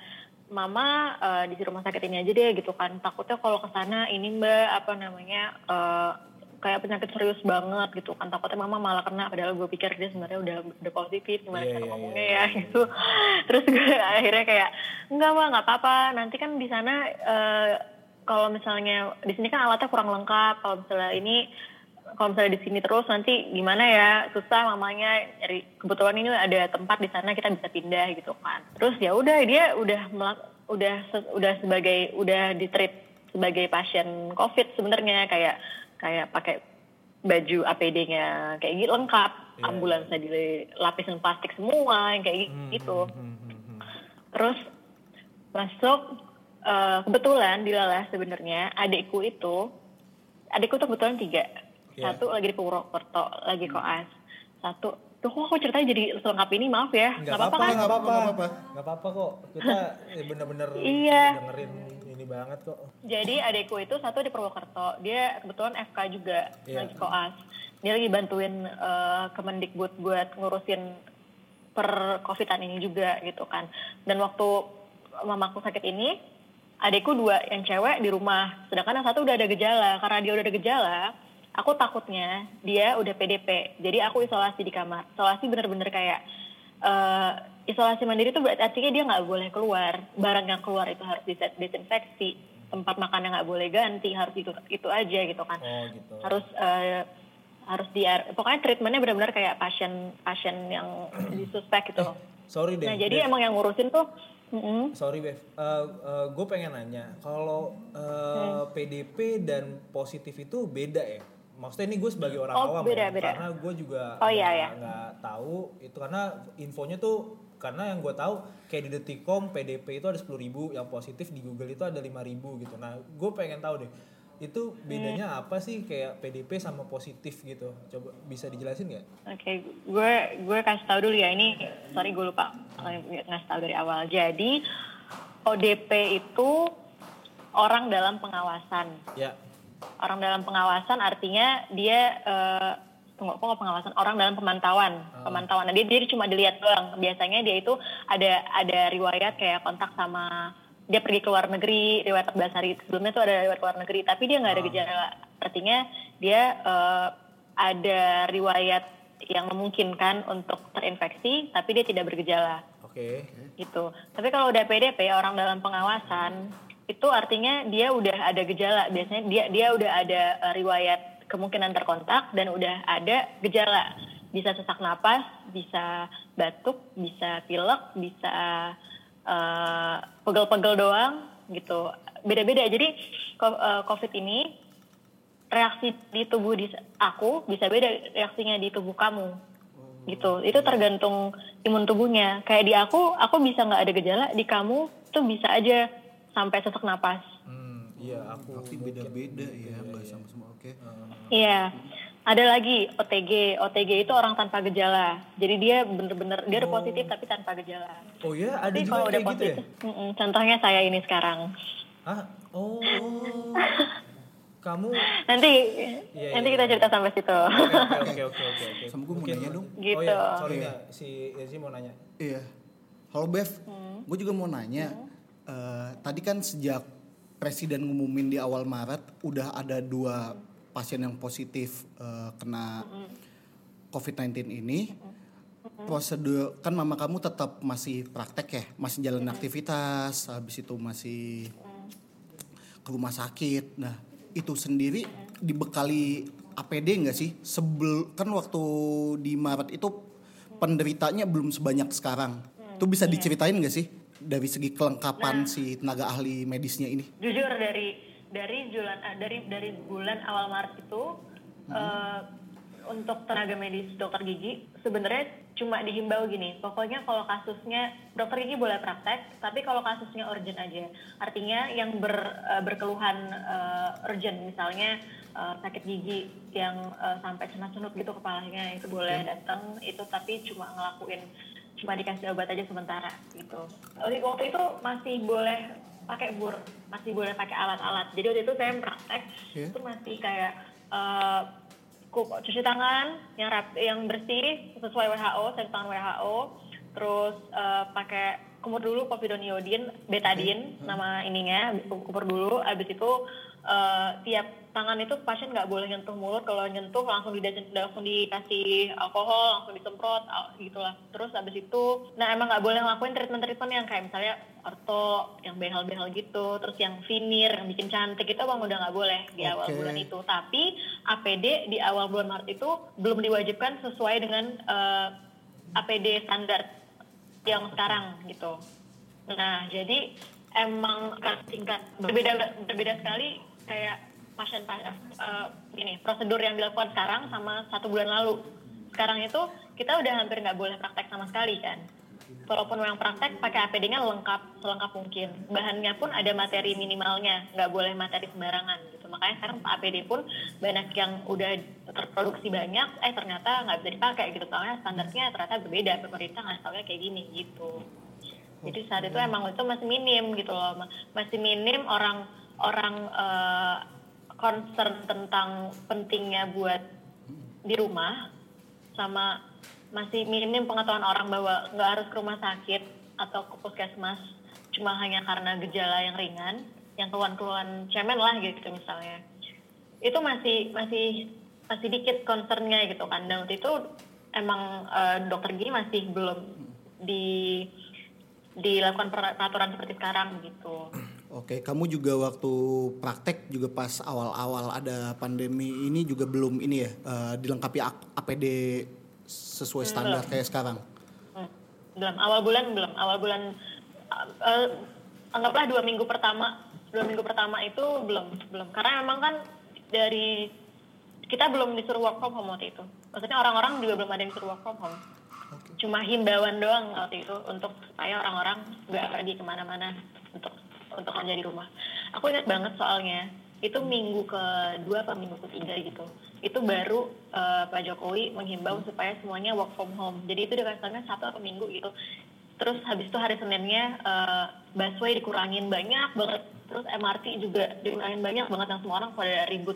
mama uh, di rumah sakit ini aja deh gitu kan, takutnya kalau kesana ini mbak apa namanya uh, kayak penyakit serius banget gitu kan, takutnya mama malah kena, padahal gue pikir dia sebenarnya udah udah positif, gimana yeah, cara yeah, ngomongnya yeah, ya yeah, gitu. Terus gue akhirnya kayak enggak mah nggak apa-apa, nanti kan di sana uh, kalau misalnya di sini kan alatnya kurang lengkap, kalau misalnya ini kalau misalnya di sini terus nanti gimana ya, susah mamanya nyari, kebetulan ini ada tempat di sana kita bisa pindah gitu kan. Terus ya udah dia udah melak- udah udah sebagai udah ditreat sebagai pasien COVID sebenarnya, kayak kayak pakai baju A P D-nya kayak gitu lengkap, yeah, ambulansnya dilapisin plastik semua yang kayak Hmm, gitu. hmm, hmm, hmm, hmm. Terus masuk uh, kebetulan dilalah sebenarnya adikku itu adikku tuh kebetulan tiga. Yeah. Satu lagi di Purwokerto, lagi koas. Satu, tuh kok aku ceritanya jadi selengkap ini, maaf ya. Nggak apa-apa apa-apa, kan? nggak apa-apa, Nggak apa-apa. nggak apa-apa kok. Kita eh, bener-bener Iya. dengerin ini banget kok. Jadi adekku itu satu di Purwokerto, dia kebetulan F K juga, Iya. lagi koas. Dia lagi bantuin uh, Kemendikbud buat ngurusin per covidan ini juga gitu kan. Dan waktu mamaku sakit ini, adekku dua yang cewek di rumah, sedangkan yang satu udah ada gejala. Karena dia udah ada gejala, aku takutnya dia udah P D P, jadi aku isolasi di kamar. Isolasi bener-bener kayak uh, isolasi mandiri itu berarti artinya dia nggak boleh keluar, barang yang keluar itu harus dis- disinfeksi, tempat makannya nggak boleh ganti, harus itu itu aja gitu kan. Oh gitu. Harus uh, harus di pokoknya treatmentnya benar-benar kayak pasien pasien yang disuspek gitu. Eh, sorry deh. Nah jadi Bev. emang yang ngurusin tuh. Mm-hmm. Sorry Bev, uh, uh, gue pengen nanya, kalau uh, hmm. P D P dan positif itu beda ya? Maksudnya ini gue sebagai orang Oh, awam beda, ya, beda. karena gue juga Oh, nggak iya, iya. nggak tahu itu, karena infonya tuh, karena yang gue tahu kayak di Detikcom P D P itu ada sepuluh ribu, yang positif di Google itu ada lima ribu gitu. Nah gue pengen tahu deh, itu bedanya Hmm. apa sih kayak P D P sama positif gitu? Coba bisa dijelasin nggak? Oke, okay, gue gue kasih tahu dulu ya, ini sorry gue lupa ngasih tahu dari awal. Jadi O D P itu orang dalam pengawasan. Ya. Orang dalam pengawasan artinya dia uh, tunggu kok pengawasan, orang dalam pemantauan, Oh. pemantauan. Nah, dia dia cuma dilihat doang. Biasanya dia itu ada ada riwayat kayak kontak sama, dia pergi ke luar negeri, riwayat empat belas hari sebelumnya tuh ada riwayat ke luar negeri, tapi dia nggak ada Oh. gejala. Artinya dia uh, ada riwayat yang memungkinkan untuk terinfeksi, tapi dia tidak bergejala. Oke. Gitu. Tapi kalau udah P D P, orang dalam pengawasan, itu artinya dia udah ada gejala. Biasanya dia dia udah ada uh, riwayat kemungkinan terkontak dan udah ada gejala. Bisa sesak napas, bisa batuk, bisa pilek, bisa uh, pegel-pegel doang gitu. Beda-beda. Jadi COVID ini reaksi di tubuh di aku bisa beda reaksinya di tubuh kamu. Gitu. Itu tergantung imun tubuhnya. Kayak di aku, aku bisa nggak ada gejala, di kamu tuh bisa aja sampai sesak napas. Hmm, iya aku. Berarti beda-beda ya, nggak sama semua. Oke. Iya. Ada lagi O T G. O T G itu orang tanpa gejala. Jadi dia bener-bener dia udah positif tapi tanpa gejala. Oh ya, ada Tapi juga kalau udah kayak gitu ya? positif, mm-mm, contohnya saya ini sekarang. Ah, oh. kamu Nanti Iya, nanti iya, kita iya. cerita sampai situ. oke oke oke oke oke. Sama gue mau nanya dong. Gitu. Oh iya, sorry Iya. nggak si Yesi mau nanya. Iya. Halo Bev, gue juga mau nanya. Eh, tadi kan sejak Presiden ngumumin di awal Maret, udah ada dua pasien yang positif eh, kena covid sembilan belas ini. Prosedur, kan mama kamu tetap masih praktek ya? Masih jalan aktivitas, habis itu masih ke rumah sakit. Nah, itu sendiri dibekali A P D nggak sih? Sebel, kan waktu di Maret itu penderitanya belum sebanyak sekarang. Itu bisa diceritain nggak sih dari segi kelengkapan Nah. si tenaga ahli medisnya ini? Jujur dari dari bulan eh, dari dari bulan awal Maret itu eh, untuk tenaga medis dokter gigi sebenarnya cuma dihimbau gini, pokoknya kalau kasusnya dokter gigi boleh praktek, tapi kalau kasusnya urgent aja. Artinya yang ber, eh, berkeluhan eh, urgent, misalnya eh, sakit gigi yang eh, sampai cenut-cenut gitu kepalanya, itu boleh datang, itu tapi cuma ngelakuin, cuma dikasih obat aja sementara gitu. Waktu itu masih boleh pakai bur, masih boleh pakai alat-alat. Jadi waktu itu saya praktek, Yeah. itu masih kayak eh, Ku- cuci tangan yang rap, yang bersih sesuai W H O, saya tangan W H O, terus eh, pakai kumur dulu povidone iodine, betadine nama ininya, kumur dulu, abis itu eh, tiap tangan itu pasien nggak boleh nyentuh mulut, kalau nyentuh langsung di langsung dikasih alkohol, langsung disemprot, al- gitulah. Terus abis itu, nah emang nggak boleh ngelakuin treatment-treatment yang kayak misalnya orto, yang behel-behel gitu, terus yang veneer, yang bikin cantik itu emang udah nggak boleh di awal Oke. bulan itu. Tapi A P D di awal bulan Maret itu belum diwajibkan sesuai dengan eh, A P D standar yang sekarang gitu. Nah jadi emang tingkat berbeda berbeda sekali kayak pasien uh, ini prosedur yang dilakukan sekarang sama satu bulan lalu. Sekarang itu kita udah hampir nggak boleh praktek sama sekali kan. Walaupun memang praktek pakai A P D-nya lengkap selengkap mungkin. Bahannya pun ada materi minimalnya, nggak boleh materi sembarangan gitu. Makanya sekarang A P D pun banyak yang udah terproduksi banyak, eh ternyata nggak bisa dipakai gitu. Soalnya standarnya ternyata berbeda, pemerintah nggak tahunya kayak gini gitu. Jadi saat itu emang itu masih minim gitu loh, masih minim orang orang uh, concern tentang pentingnya buat di rumah, sama masih minim pengetahuan orang bahwa nggak harus ke rumah sakit atau ke puskesmas cuma hanya karena gejala yang ringan, yang keluhan-keluhan cemen lah gitu misalnya. Itu masih masih masih dikit concernnya gitu kan. Dan waktu itu emang uh, dokter gigi masih belum di dilakukan peraturan seperti sekarang gitu. Oke, kamu juga waktu praktek juga pas awal-awal ada pandemi ini juga belum ini ya uh, dilengkapi A P D sesuai standar belum. kayak sekarang. Hmm, belum, awal bulan belum, awal bulan uh, uh, anggaplah dua minggu pertama, dua minggu pertama itu belum, belum. Karena memang kan dari kita belum disuruh work from home waktu itu. Maksudnya orang-orang juga belum ada yang disuruh work from home. Oke. Cuma himbauan doang waktu itu untuk supaya orang-orang nggak pergi kemana-mana untuk untuk kerja di rumah. Aku ingat banget soalnya itu minggu kedua atau minggu ketiga gitu. Itu baru uh, Pak Jokowi menghimbau supaya semuanya work from home. Jadi itu dikasihnya satu atau minggu gitu. Terus habis itu hari Seninnya uh, busway dikurangin banyak banget. Terus M R T juga dikurangin banyak banget, yang semua orang pada ribut.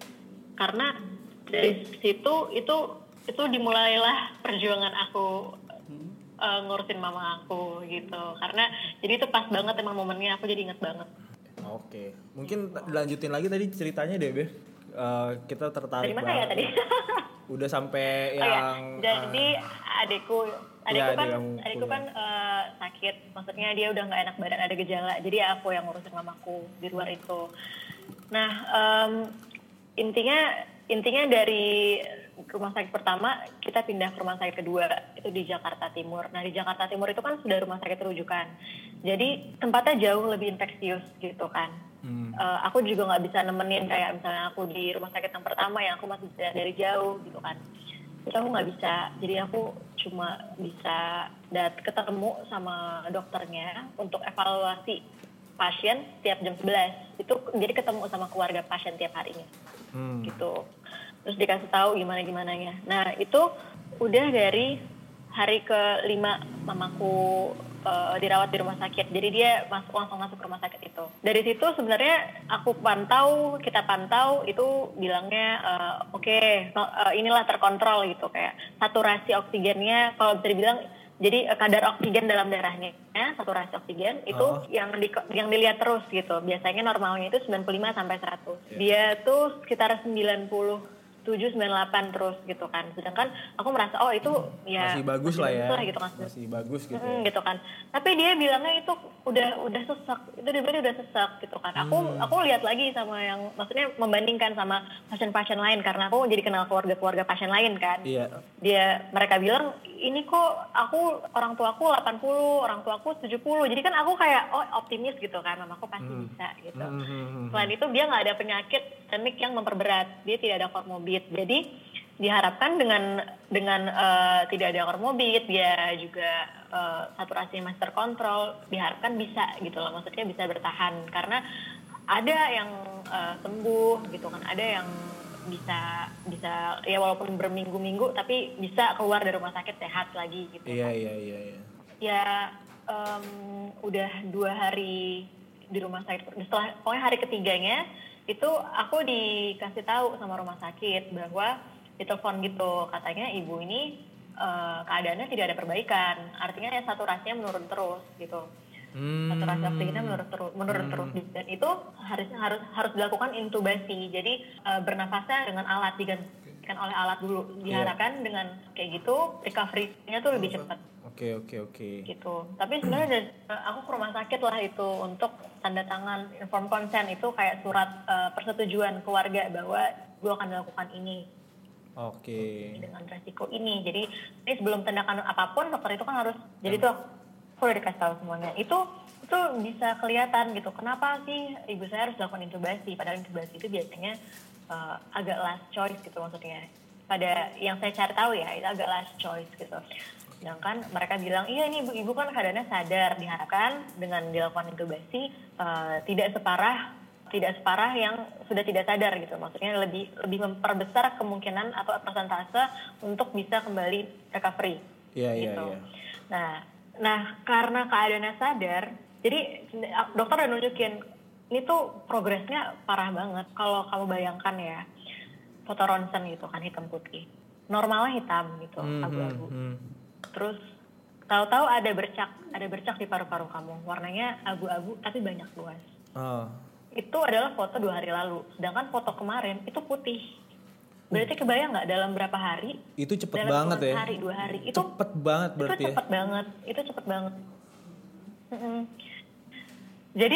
Karena dari situ itu itu dimulailah perjuangan aku uh, ngurusin mama aku gitu. Karena jadi itu pas banget emang momennya, aku jadi inget banget. Oke, mungkin lanjutin lagi tadi ceritanya deh, Be. Uh, kita tertarik Dari mana ya tadi? Udah sampai Oh yang ya, jadi adekku, adekku Iya, kan, adik kamu adekku kan uh, sakit, maksudnya dia udah nggak enak badan, ada gejala, jadi aku yang ngurusin mamaku di luar itu. Nah, um, intinya intinya dari rumah sakit pertama kita pindah ke rumah sakit kedua, itu di Jakarta Timur. Nah, di Jakarta Timur itu kan sudah rumah sakit rujukan, jadi tempatnya jauh lebih infeksius gitu kan. Hmm. Uh, aku juga nggak bisa nemenin kayak misalnya aku di rumah sakit yang pertama yang aku masih bisa dari jauh gitu kan. Itu aku nggak bisa, jadi aku cuma bisa dat ketemu sama dokternya untuk evaluasi pasien tiap jam sebelas. Itu jadi ketemu sama keluarga pasien tiap harinya. Hmm. Gitu. Terus dikasih tahu gimana-gimananya. Nah, itu udah dari hari kelima mamaku uh, dirawat di rumah sakit. Jadi dia masuk langsung masuk ke rumah sakit itu. Dari situ sebenarnya aku pantau, kita pantau itu bilangnya uh, oke okay, uh, inilah terkontrol gitu, kayak saturasi oksigennya kalau bisa dibilang. Jadi kadar oksigen dalam darahnya, saturasi oksigen itu oh. yang di, yang dilihat terus gitu. Biasanya normalnya itu sembilan puluh lima sampai seratus. Yeah. Dia tuh sekitar sembilan puluh tujuh sembilan puluh delapan terus gitu kan. Sedangkan aku merasa oh itu ya masih bagus masih lah ya. Lah, gitu kan. Masih bagus gitu. Hmm, gitu kan. Tapi dia bilangnya itu udah udah sesak. Itu dia bilang udah sesak gitu kan. Aku hmm. aku lihat lagi sama yang maksudnya membandingkan sama pasien-pasien lain karena aku jadi kenal keluarga-keluarga pasien lain kan. Iya. Gitu. Dia mereka bilang ini kok aku orang tua aku delapan puluh, orang tua aku tujuh puluh. Jadi kan aku kayak oh optimis gitu kan, mamaku pasti hmm. bisa gitu. Hmm, hmm, hmm. Selain itu dia nggak ada penyakit sistemik yang memperberat. Dia tidak ada komorbid. Jadi diharapkan dengan dengan uh, tidak ada komorbid, dia juga uh, saturasinya masih terkontrol, diharapkan bisa gitu loh. Maksudnya bisa bertahan karena ada yang uh, sembuh gitu kan, ada yang bisa bisa ya walaupun berminggu-minggu tapi bisa keluar dari rumah sakit sehat lagi gitu. Iya iya iya. iya. Ya um, udah dua hari di rumah sakit. Setelah pokoknya hari ketiganya itu aku dikasih tahu sama rumah sakit bahwa ditelepon gitu katanya ibu ini uh, keadaannya tidak ada perbaikan. Artinya ya saturasinya menurun terus gitu. Hmm. Saturasi oksigennya menurun terus, menurun hmm. terus dan itu harus harus harus dilakukan intubasi. Jadi uh, bernafasnya dengan alat digantikan oleh alat dulu. Diharapkan yeah. dengan kayak gitu recovery-nya tuh lebih cepat. Oke okay, oke okay, oke. Okay. Gitu. Tapi sebenarnya dari, uh, aku ke rumah sakit lah itu untuk tanda tangan inform consent itu kayak surat uh, persetujuan keluarga bahwa gue akan melakukan ini. Oke. Okay. Dengan resiko ini. Jadi ini sebelum tindakan apapun dokter itu kan harus hmm. jadi tuh aku udah dikasih tahu semuanya. Itu itu bisa kelihatan gitu. Kenapa sih ibu saya harus lakukan intubasi? Padahal intubasi itu biasanya uh, agak last choice gitu maksudnya. Pada yang saya cari tahu ya itu agak last choice gitu. Sedangkan mereka bilang iya ini ibu, ibu kan keadaannya sadar. Diharapkan dengan dilakukan intubasi uh, tidak separah tidak separah yang sudah tidak sadar gitu. Maksudnya lebih lebih memperbesar kemungkinan atau persentase untuk bisa kembali recovery. Iya iya gitu. iya. Nah Nah, karena keadaannya sadar, jadi dokter udah nunjukin, ini tuh progresnya parah banget. Kalau kamu bayangkan ya, foto ronsen gitu kan hitam putih. Normalnya hitam gitu, mm-hmm, abu-abu. Mm-hmm. Terus tahu-tahu ada bercak, ada bercak di paru-paru kamu. Warnanya abu-abu tapi banyak luas. Oh. Itu adalah foto dua hari lalu. Sedangkan foto kemarin itu putih. Berarti kebayang nggak dalam berapa hari? Itu cepet dalam banget ya? Hari, dua hari. Itu cepet banget berarti itu cepet ya? banget. Itu cepet banget. Mm-hmm. Jadi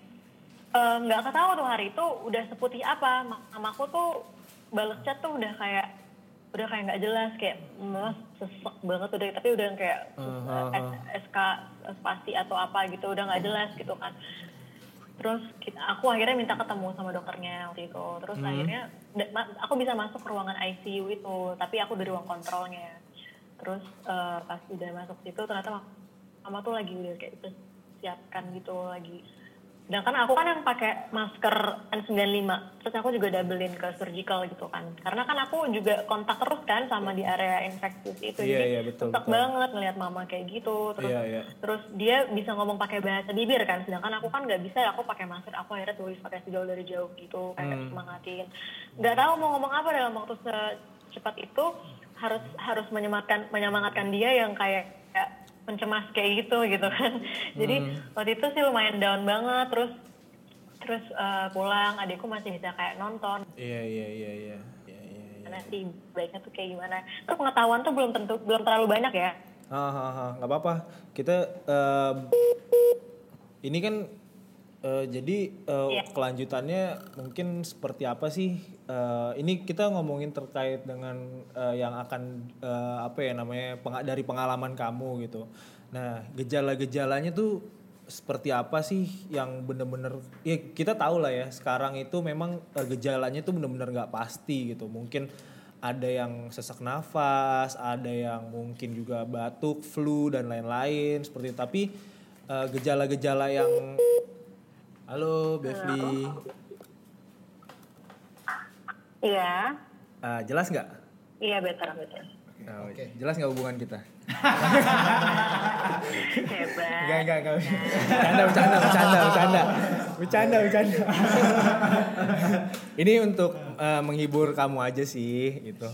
nggak uh, ketahui tuh hari itu udah seputih apa. Mamaku tuh balas chat tuh udah kayak udah kayak nggak jelas kayak mas sesek banget udah tapi udah kayak uh, uh, S K spasi atau apa gitu udah nggak jelas gitu kan. Terus kita, aku akhirnya minta ketemu sama dokternya waktu itu. Terus hmm. akhirnya aku bisa masuk ke ruangan I C U itu, tapi aku di ruang kontrolnya. Terus uh, pas udah masuk situ ternyata mama tuh lagi udah kayak siapkan gitu lagi. Sedangkan aku kan yang pakai masker N sembilan puluh lima, terus aku juga doublein ke surgical gitu kan. Karena kan aku juga kontak terus kan sama di area infeksius itu. Yeah, jadi yeah, betul, susah banget ngeliat mama kayak gitu. Terus, yeah, yeah. terus dia bisa ngomong pakai bahasa bibir kan. Sedangkan aku kan nggak bisa, aku pakai masker. Aku akhirnya tulis pakai spidol dari jauh gitu, kayak hmm. semangatin. Nggak tahu mau ngomong apa dalam waktu secepat itu. Harus harus menyemangatkan menyemangatkan dia yang kayak, kayak pencemas kayak gitu gitu kan. Jadi hmm. waktu itu sih lumayan down banget. Terus terus uh, pulang adikku masih bisa kayak nonton. Iya iya iya iya. Nanti baiknya tuh kayak gimana. Terus pengetahuan tuh belum tentu belum terlalu banyak ya. Hahaha, nggak apa-apa. Kita uh, ini kan uh, jadi uh, yeah. kelanjutannya mungkin seperti apa sih? Uh, ini kita ngomongin terkait dengan uh, yang akan uh, apa ya namanya peng- dari pengalaman kamu gitu. Nah gejala-gejalanya tuh seperti apa sih yang benar-benar ya kita tahu lah ya sekarang itu memang uh, gejalanya tuh benar-benar nggak pasti gitu. Mungkin ada yang sesak nafas, ada yang mungkin juga batuk, flu dan lain-lain seperti itu. Tapi uh, gejala-gejala yang halo Bevli. Iya. Uh, jelas nggak? Iya betul betul. Nah, Oke. jelas nggak hubungan kita? Hebat. Enggak, enggak, enggak. Bercanda, bercanda, bercanda, bercanda. Bercanda, bercanda. Ini untuk uh, menghibur kamu aja sih, gitu.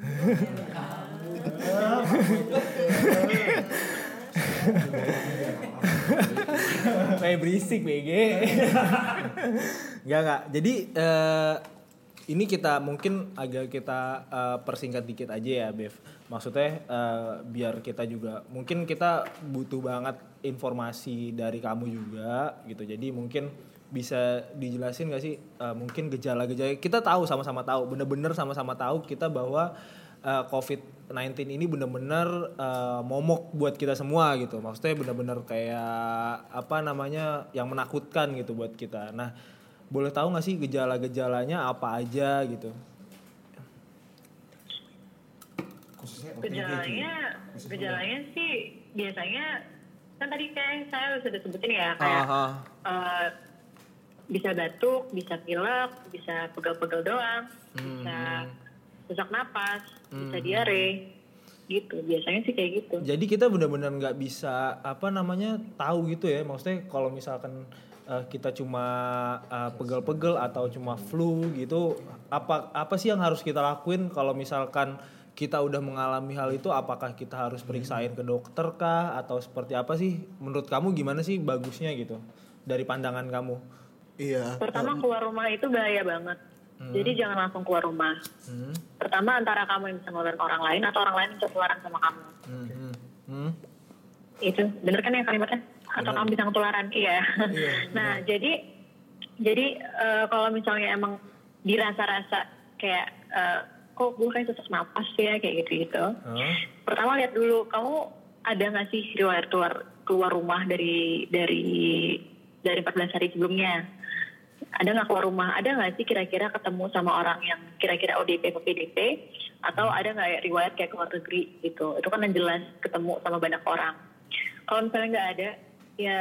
Kayak berisik B G. Enggak, enggak. Jadi uh, ini kita mungkin agak kita uh, persingkat dikit aja ya, Bev. Maksudnya uh, biar kita juga mungkin kita butuh banget informasi dari kamu juga gitu. Jadi mungkin bisa dijelasin gak sih uh, mungkin gejala-gejala, kita tahu sama-sama tahu, bener-bener sama-sama tahu kita bahwa uh, covid sembilan belas ini bener-bener uh, momok buat kita semua gitu. Maksudnya bener-bener kayak apa namanya yang menakutkan gitu buat kita. Nah, boleh tahu gak sih gejala-gejalanya apa aja gitu? Gejalanya, gejalanya sih biasanya kan tadi kayak saya sudah sebutin ya kayak uh-huh. uh, bisa batuk, bisa pilek, bisa pegal-pegal doang, hmm. bisa sesak napas, hmm. bisa diare, gitu. Biasanya sih kayak gitu. Jadi kita benar-benar nggak bisa apa namanya tahu gitu ya, maksudnya kalau misalkan uh, kita cuma uh, pegel-pegel atau cuma flu gitu, apa apa sih yang harus kita lakuin kalau misalkan kita udah mengalami hal itu? Apakah kita harus periksain ke dokter kah atau seperti apa sih? Menurut kamu gimana sih bagusnya gitu dari pandangan kamu? Iya. Pertama, keluar rumah itu bahaya banget. Hmm. Jadi jangan langsung keluar rumah. Hmm. Pertama, antara kamu yang bisa ngeluarin orang lain atau orang lain yang bisa ketularan sama kamu. Hmm. Hmm. Itu bener kan ya kalimatnya? Atau bener. Kamu bisa ketularan? Iya. Iya. Nah, bener. jadi jadi uh, kalau misalnya emang dirasa-rasa kayak uh, kok gue kayak sesak napas ya kayak gitu-gitu. Hmm. Pertama lihat dulu kamu ada nggak sih riwayat keluar keluar rumah dari dari dari empat belas hari sebelumnya. Ada nggak keluar rumah? Ada nggak sih kira-kira ketemu sama orang yang kira-kira O D P atau P D P? Atau ada nggak riwayat kayak keluar negeri gitu? Itu kan yang jelas ketemu sama banyak orang. Kalau misalnya nggak ada, ya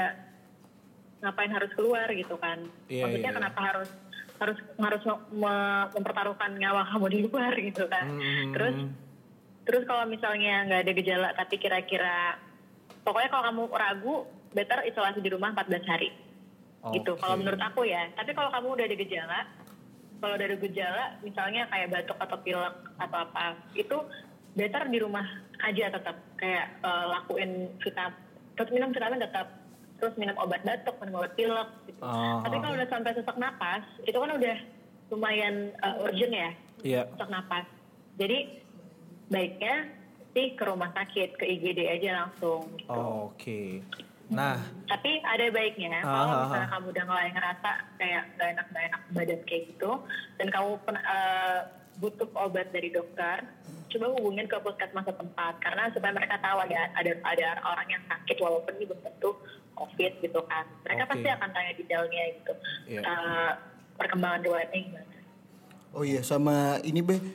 ngapain harus keluar gitu kan? Yeah, Maksudnya yeah. kenapa harus harus harus mem- mempertaruhkan nyawa kamu di luar gitu kan? Mm. Terus terus kalau misalnya nggak ada gejala tapi kira-kira, pokoknya kalau kamu ragu, better isolasi di rumah empat belas hari. Okay. Gitu kalau menurut aku ya. Tapi kalau kamu udah ada gejala, kalau udah ada gejala misalnya kayak batuk atau pilek atau apa, itu better di rumah aja tetap kayak uh, lakuin vitamin, terus minum vitamin tetap, terus minum obat batuk, minum obat pilek gitu. Uh-huh. Tapi kalau udah sampai sesak napas, itu kan udah lumayan uh, urgent ya. Yeah. Sesak napas. Jadi baiknya sih ke rumah sakit, ke I G D aja langsung gitu. Oh, oke. Okay. Nah, tapi ada baiknya uh, kalau uh, misalnya kamu udah mulai ngerasa kayak gak enak gak enak badan kayak gitu, dan kamu uh, butuh obat dari dokter, coba hubungin ke puskesmas setempat karena supaya mereka tahu ada ada ada orang yang sakit walaupun belum tentu COVID gitu kan. Mereka okay. pasti akan tanya detailnya gitu. Yeah. Uh, perkembangan riwayatnya gimana? Oh iya, sama ini Be,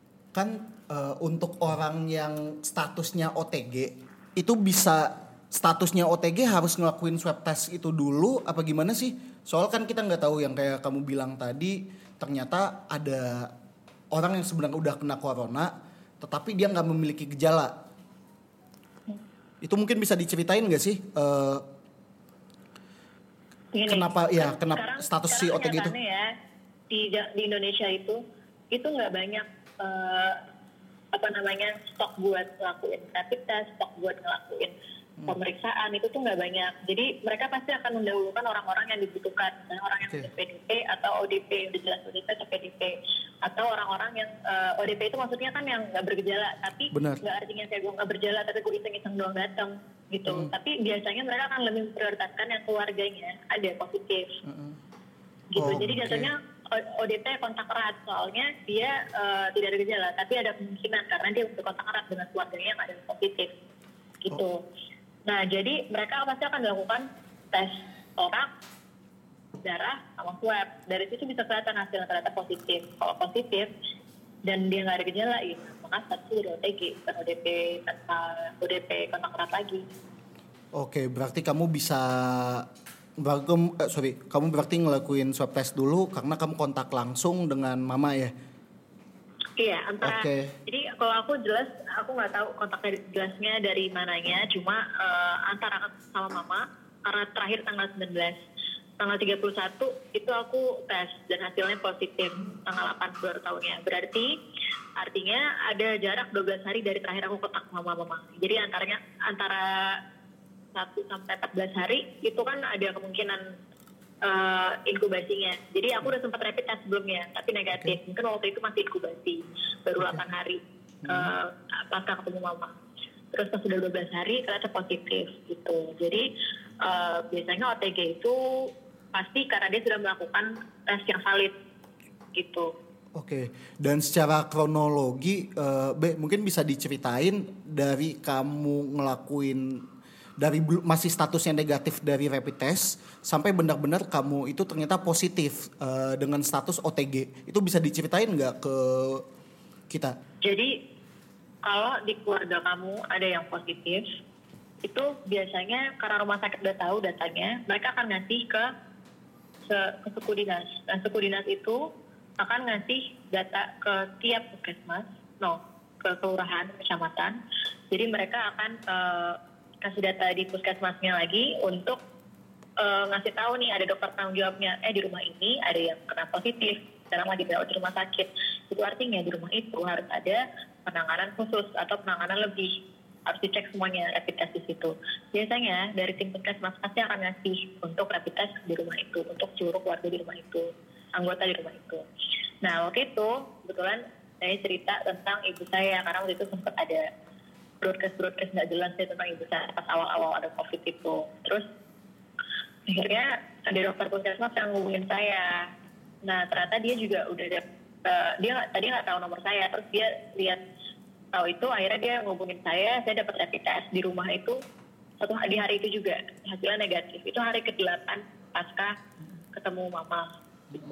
kan uh, untuk orang yang statusnya O T G itu bisa statusnya O T G harus ngelakuin swab test itu dulu apa gimana sih? Soal kan kita nggak tahu yang kayak kamu bilang tadi, ternyata ada orang yang sebenarnya udah kena corona tetapi dia nggak memiliki gejala. Itu mungkin bisa diceritain nggak sih? Uh, Gini, kenapa ya kan kenapa sekarang, status si O T G itu? Ya, di di Indonesia itu itu nggak banyak uh, apa namanya stok buat ngelakuin rapid test, stok buat ngelakuin pemeriksaan itu tuh nggak banyak. Jadi mereka pasti akan mendahulukan orang-orang yang dibutuhkan, misalnya orang yang okay. P D P atau O D P, udah jelas O D P atau P D P, atau orang-orang yang uh, O D P itu maksudnya kan yang nggak bergejala, tapi nggak artinya kayak gue nggak bergejala tapi gue iseng-iseng doang datang gitu. Hmm. Tapi biasanya mereka akan lebih memprioritaskan yang keluarganya ada positif, hmm. gitu. Oh, Jadi biasanya okay. O D P kontak erat, soalnya dia uh, tidak ada gejala, tapi ada kemungkinan karena dia berkontak erat dengan keluarganya yang ada positif, gitu. Oh. Nah, jadi mereka pasti akan melakukan tes torak, darah, sama swab. Dari situ bisa kelihatan hasilnya ternyata positif. Kalau positif dan dia nggak ada gejala, ya maka status dari O T G, bukan O D P tanpa O D P kontak erat lagi. Oke, berarti kamu bisa, beragam, eh, sorry, kamu berarti ngelakuin swab test dulu karena kamu kontak langsung dengan mama ya? Iya, antara, okay. jadi kalau aku jelas, aku nggak tahu kontaknya jelasnya dari mananya, cuma uh, antara aku sama mama, karena terakhir tanggal sembilan belas, tanggal tiga puluh satu itu aku tes dan hasilnya positif, tanggal delapan baru tahunnya. Berarti artinya ada jarak dua belas hari dari terakhir aku kontak sama mama. Jadi antaranya antara satu sampai empat belas hari itu kan ada kemungkinan uh, inkubasinya. Jadi aku udah sempat rapid test sebelumnya, tapi negatif. Mungkin waktu itu masih inkubasi, baru delapan hari uh, pasca ketemu mama. Terus pas sudah dua belas hari ternyata positif gitu. Jadi uh, biasanya O T G itu pasti karena dia sudah melakukan tes yang valid gitu. Oke, dan secara kronologi, uh, B, mungkin bisa diceritain dari kamu ngelakuin, dari masih statusnya negatif dari rapid test, sampai benar-benar kamu itu ternyata positif uh, dengan status O T G. Itu bisa diceritain nggak ke kita? Jadi, kalau di keluarga kamu ada yang positif, itu biasanya karena rumah sakit udah tahu datanya, mereka akan ngasih ke, ke suku dinas. Dan suku dinas itu akan ngasih data ke tiap puskesmas, no, ke kelurahan, kecamatan. Jadi mereka akan uh, kasih data di puskesmasnya lagi untuk uh, ngasih tahu nih ada dokter tanggung jawabnya. Eh di rumah ini ada yang kena positif, sekarang lagi dirawat di rumah sakit. Itu artinya di rumah itu harus ada penanganan khusus atau penanganan lebih, harus dicek semuanya rapid test di situ. Biasanya dari tim puskesmas pasti akan ngasih untuk rapid test di rumah itu, untuk seluruh keluarga di rumah itu, anggota di rumah itu. Nah waktu itu kebetulan saya cerita tentang ibu saya karena waktu itu sempat ada broadcast-broadcast nggak jelas ya tentang ibu saya pas awal-awal ada COVID itu. Terus akhirnya ada dokter puskesmas yang ngubungin saya. Nah ternyata dia juga udah ada, uh, dia tadi nggak tahu nomor saya, terus dia lihat tahu itu akhirnya dia ngubungin saya, saya dapat rapid test di rumah itu satu di hari itu juga hasilnya negatif. Itu hari kedelapan pasca ketemu mama.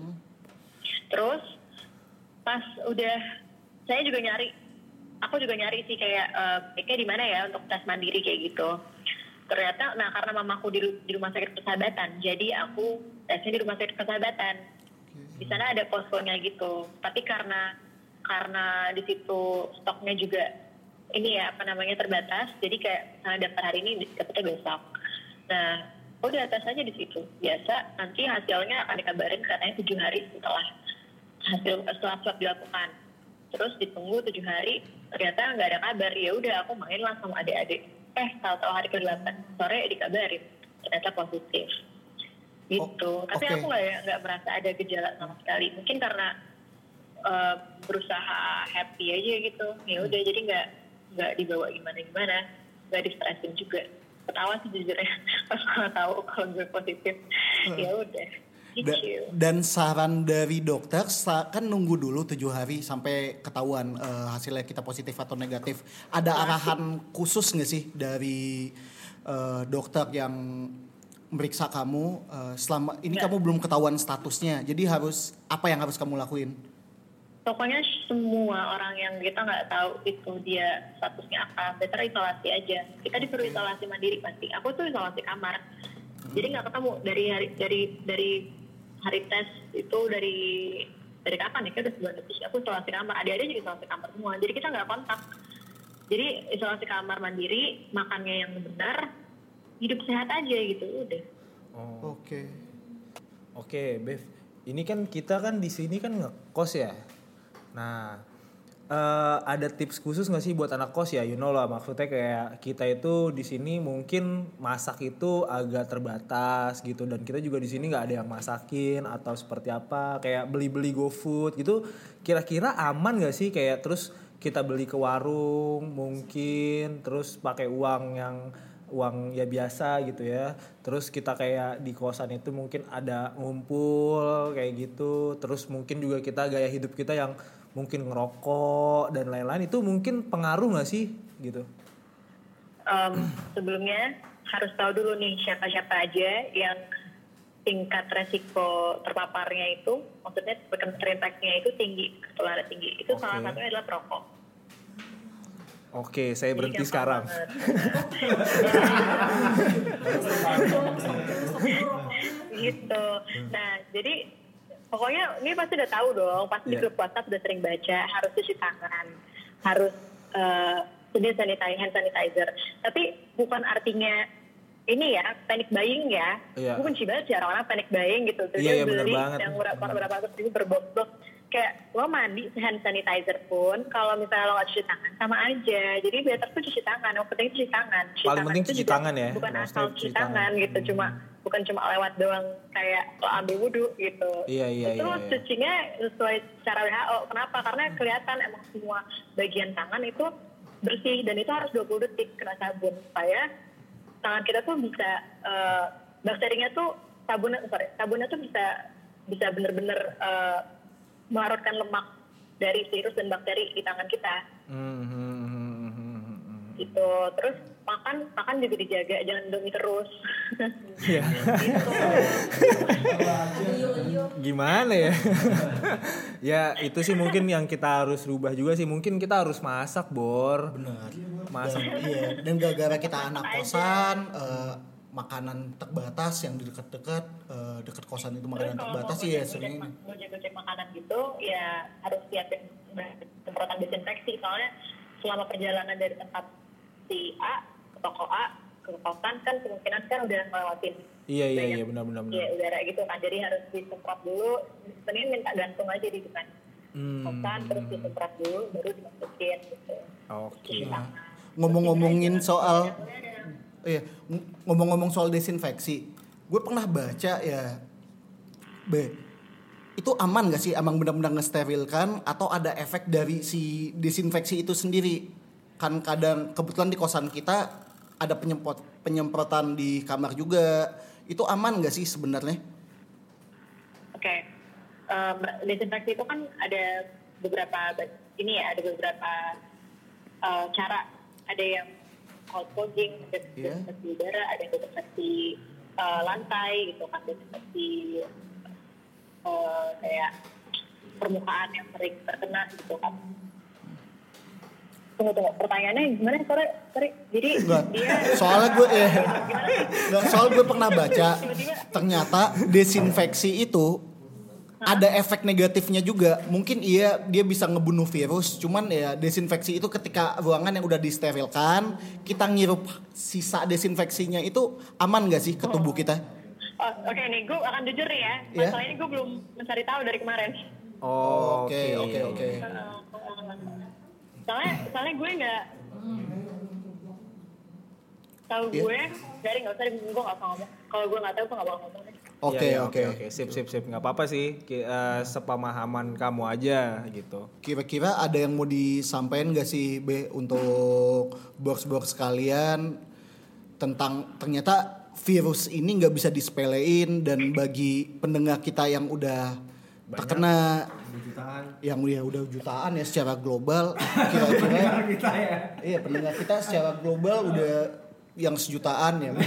Terus pas udah saya juga nyari, aku juga nyari sih kayak uh, kayak di mana ya untuk tes mandiri kayak gitu. Ternyata, nah karena mamaku di, di rumah sakit Persahabatan, jadi aku tesnya di rumah sakit Persahabatan. Di sana ada poskonya gitu. Tapi karena karena di situ stoknya juga ini ya apa namanya terbatas, jadi kayak misalnya daftar hari ini dapetnya besok. Nah udah tes aja di situ biasa, nanti hasilnya akan dikabarin katanya tujuh hari setelah hasil setelah swab dilakukan. Terus ditunggu tujuh hari ternyata nggak ada kabar. Ya udah aku main lah sama adik-adik, eh tahu-tahu hari ke delapan sore dikabarin ternyata positif gitu. Oh, tapi okay. Aku nggak nggak merasa ada gejala sama sekali, mungkin karena uh, berusaha happy aja gitu. Ya udah jadi nggak nggak dibawa gimana-gimana, nggak di stressin juga. Ketawa sih jujurnya pas gue tahu kalau gue positif. Uh. Ya udah. Da- dan saran dari dokter kan nunggu dulu tujuh hari sampai ketahuan uh, hasilnya kita positif atau negatif. Ada arahan khusus nggak sih dari uh, dokter yang meriksa kamu uh, selama ini? Nggak. Kamu belum ketahuan statusnya, jadi harus apa yang harus kamu lakuin? Pokoknya semua orang yang kita nggak tahu itu dia statusnya apa, better isolasi aja. Kita disuruh isolasi mandiri pasti. Aku tuh isolasi kamar, hmm. jadi nggak ketemu dari hari dari dari hari tes itu dari dari kapan ya? Kayak udah sebulan lebih. Aku isolasi kamar, adik-adik juga isolasi kamar semua. Jadi kita nggak kontak. Jadi isolasi kamar mandiri, makannya yang benar, hidup sehat aja gitu udah. Oh. Oke. Okay. Oke, okay, Bev. Ini kan kita kan di sini kan ngekos ya. Nah, uh, ada tips khusus nggak sih buat anak kos ya? You know lah, maksudnya kayak kita itu di sini mungkin masak itu agak terbatas gitu, dan kita juga di sini nggak ada yang masakin atau seperti apa, kayak beli-beli GoFood gitu. Kira-kira aman nggak sih kayak terus kita beli ke warung mungkin, terus pakai uang yang uang ya biasa gitu ya. Terus kita kayak di kosan itu mungkin ada ngumpul kayak gitu. Terus mungkin juga kita gaya hidup kita yang mungkin ngerokok dan lain-lain, itu mungkin pengaruh nggak sih gitu? Um, sebelumnya harus tahu dulu nih siapa-siapa aja yang tingkat resiko terpaparnya itu, maksudnya terinfeksinya itu tinggi, ketularan tinggi. Itu okay. Salah satunya adalah perokok. Oke, saya berhenti sekarang. Gitu. Nah, jadi pokoknya ini pasti udah tahu dong, pasti yeah. Di grup WhatsApp udah sering baca harus cuci tangan. harus uh, sedia sanitizer, hand sanitizer. Tapi bukan artinya ini ya panic buying ya. Iya. Gue benci banget sih orang-orang panic buying gitu. Terus Iya, iya, dia bener beli banget. yang berapa berapa ratus ribu berbox-box. Kayak lo mandi hand sanitizer pun kalau misalnya lo gak cuci tangan sama aja. Jadi better tuh cuci tangan. Yang penting cuci tangan. Cuci Paling tangan penting itu cuci juga tangan ya. Bukan Maksudnya asal cuci cuci tangan, tangan. gitu. Cuma bukan cuma lewat doang kayak lo ambil wudhu gitu. Iya, iya, Itu iya, iya. cucinya sesuai cara W H O. Kenapa? Karena kelihatan emang semua bagian tangan itu bersih dan itu harus dua puluh detik kena sabun supaya tangan kita tuh bisa uh, bakterinya tuh sabunnya sorry sabunnya tuh bisa bisa bener-bener uh, melarutkan lemak dari virus dan bakteri di tangan kita. Hmm, hmm, hmm, hmm, hmm. Gitu. Terus makan makan juga dijaga, jangan indomie terus. Iya. Gitu. Gimana ya? Ya itu sih mungkin yang kita harus rubah juga sih. Mungkin kita harus masak, Bor. Benar. Masak. Dan, iya, dan gara-gara kita anak kosan, eh, makanan terbatas yang di dekat-dekat, eh, dekat kosan itu makanan Terus kalau terbatas mau sih ya gojek- sering. gojek- gojek-gojek makanan gitu ya harus siapin semprotan desinfeksi soalnya selama perjalanan dari tempat si A ke toko A ke kosan kan kemungkinan kan udah ngelewatin Iya, iya, banyak, iya, benar-benar. ya, udara gitu kan jadi harus disemprot dulu sebenarnya minta gantung aja di depan Hmm. kosan terus disemprot dulu baru dimasukin gitu. Oke. Cuci tangan. Ngomong-ngomongin soal Iya, ng- ngomong-ngomong soal desinfeksi, gue pernah baca ya, B, itu aman gak sih, emang benar-benar ngesterilkan atau ada efek dari si desinfeksi itu sendiri? Kan kadang kebetulan di kosan kita ada penyemprot penyemprotan di kamar juga, itu aman gak sih sebenarnya? Oke, um, desinfeksi itu kan ada beberapa ini ya, ada beberapa uh, cara. Ada yang cold fogging, ada Iya. desinfeksi udara, ada yang desinfeksi uh, lantai gitu kan, desinfeksi uh, kayak permukaan yang sering terkena gitu kan. Tunggu tunggu, pertanyaannya gimana? Sorry, sorry. Jadi Enggak, dia soalnya gue eh, gimana? Nggak, soal gue pernah baca ternyata desinfeksi itu ada efek negatifnya juga. Mungkin iya dia bisa ngebunuh virus, cuman ya desinfeksi itu ketika ruangan yang udah disterilkan, kita ngirup sisa desinfeksinya itu aman gak sih ke tubuh kita? Oh, oke nih, gue akan jujur nih ya. Iya? Masalah ini gue belum mencari tahu dari kemarin. Oh, Oke, oke, oke. soalnya soalnya gue nggak tahu Iya. gue dari nggak usah gue nggak usah ngomong kalau gue nggak tahu gue nggak bakal ngomong deh. Oke, Iya, iya, oke. oke. Sip, sip, sip. Nggak apa-apa sih. Ki- eh, sepemahaman kamu aja gitu. Kira-kira ada yang mau disampaikan gak sih B untuk box-box kalian tentang ternyata virus ini nggak bisa disepelein, dan bagi pendengar kita yang udah terkena jutaan yang udah udah jutaan ya secara global, kira-kira kita ya. iya pendengar kita secara global udah yang sejutaan ya.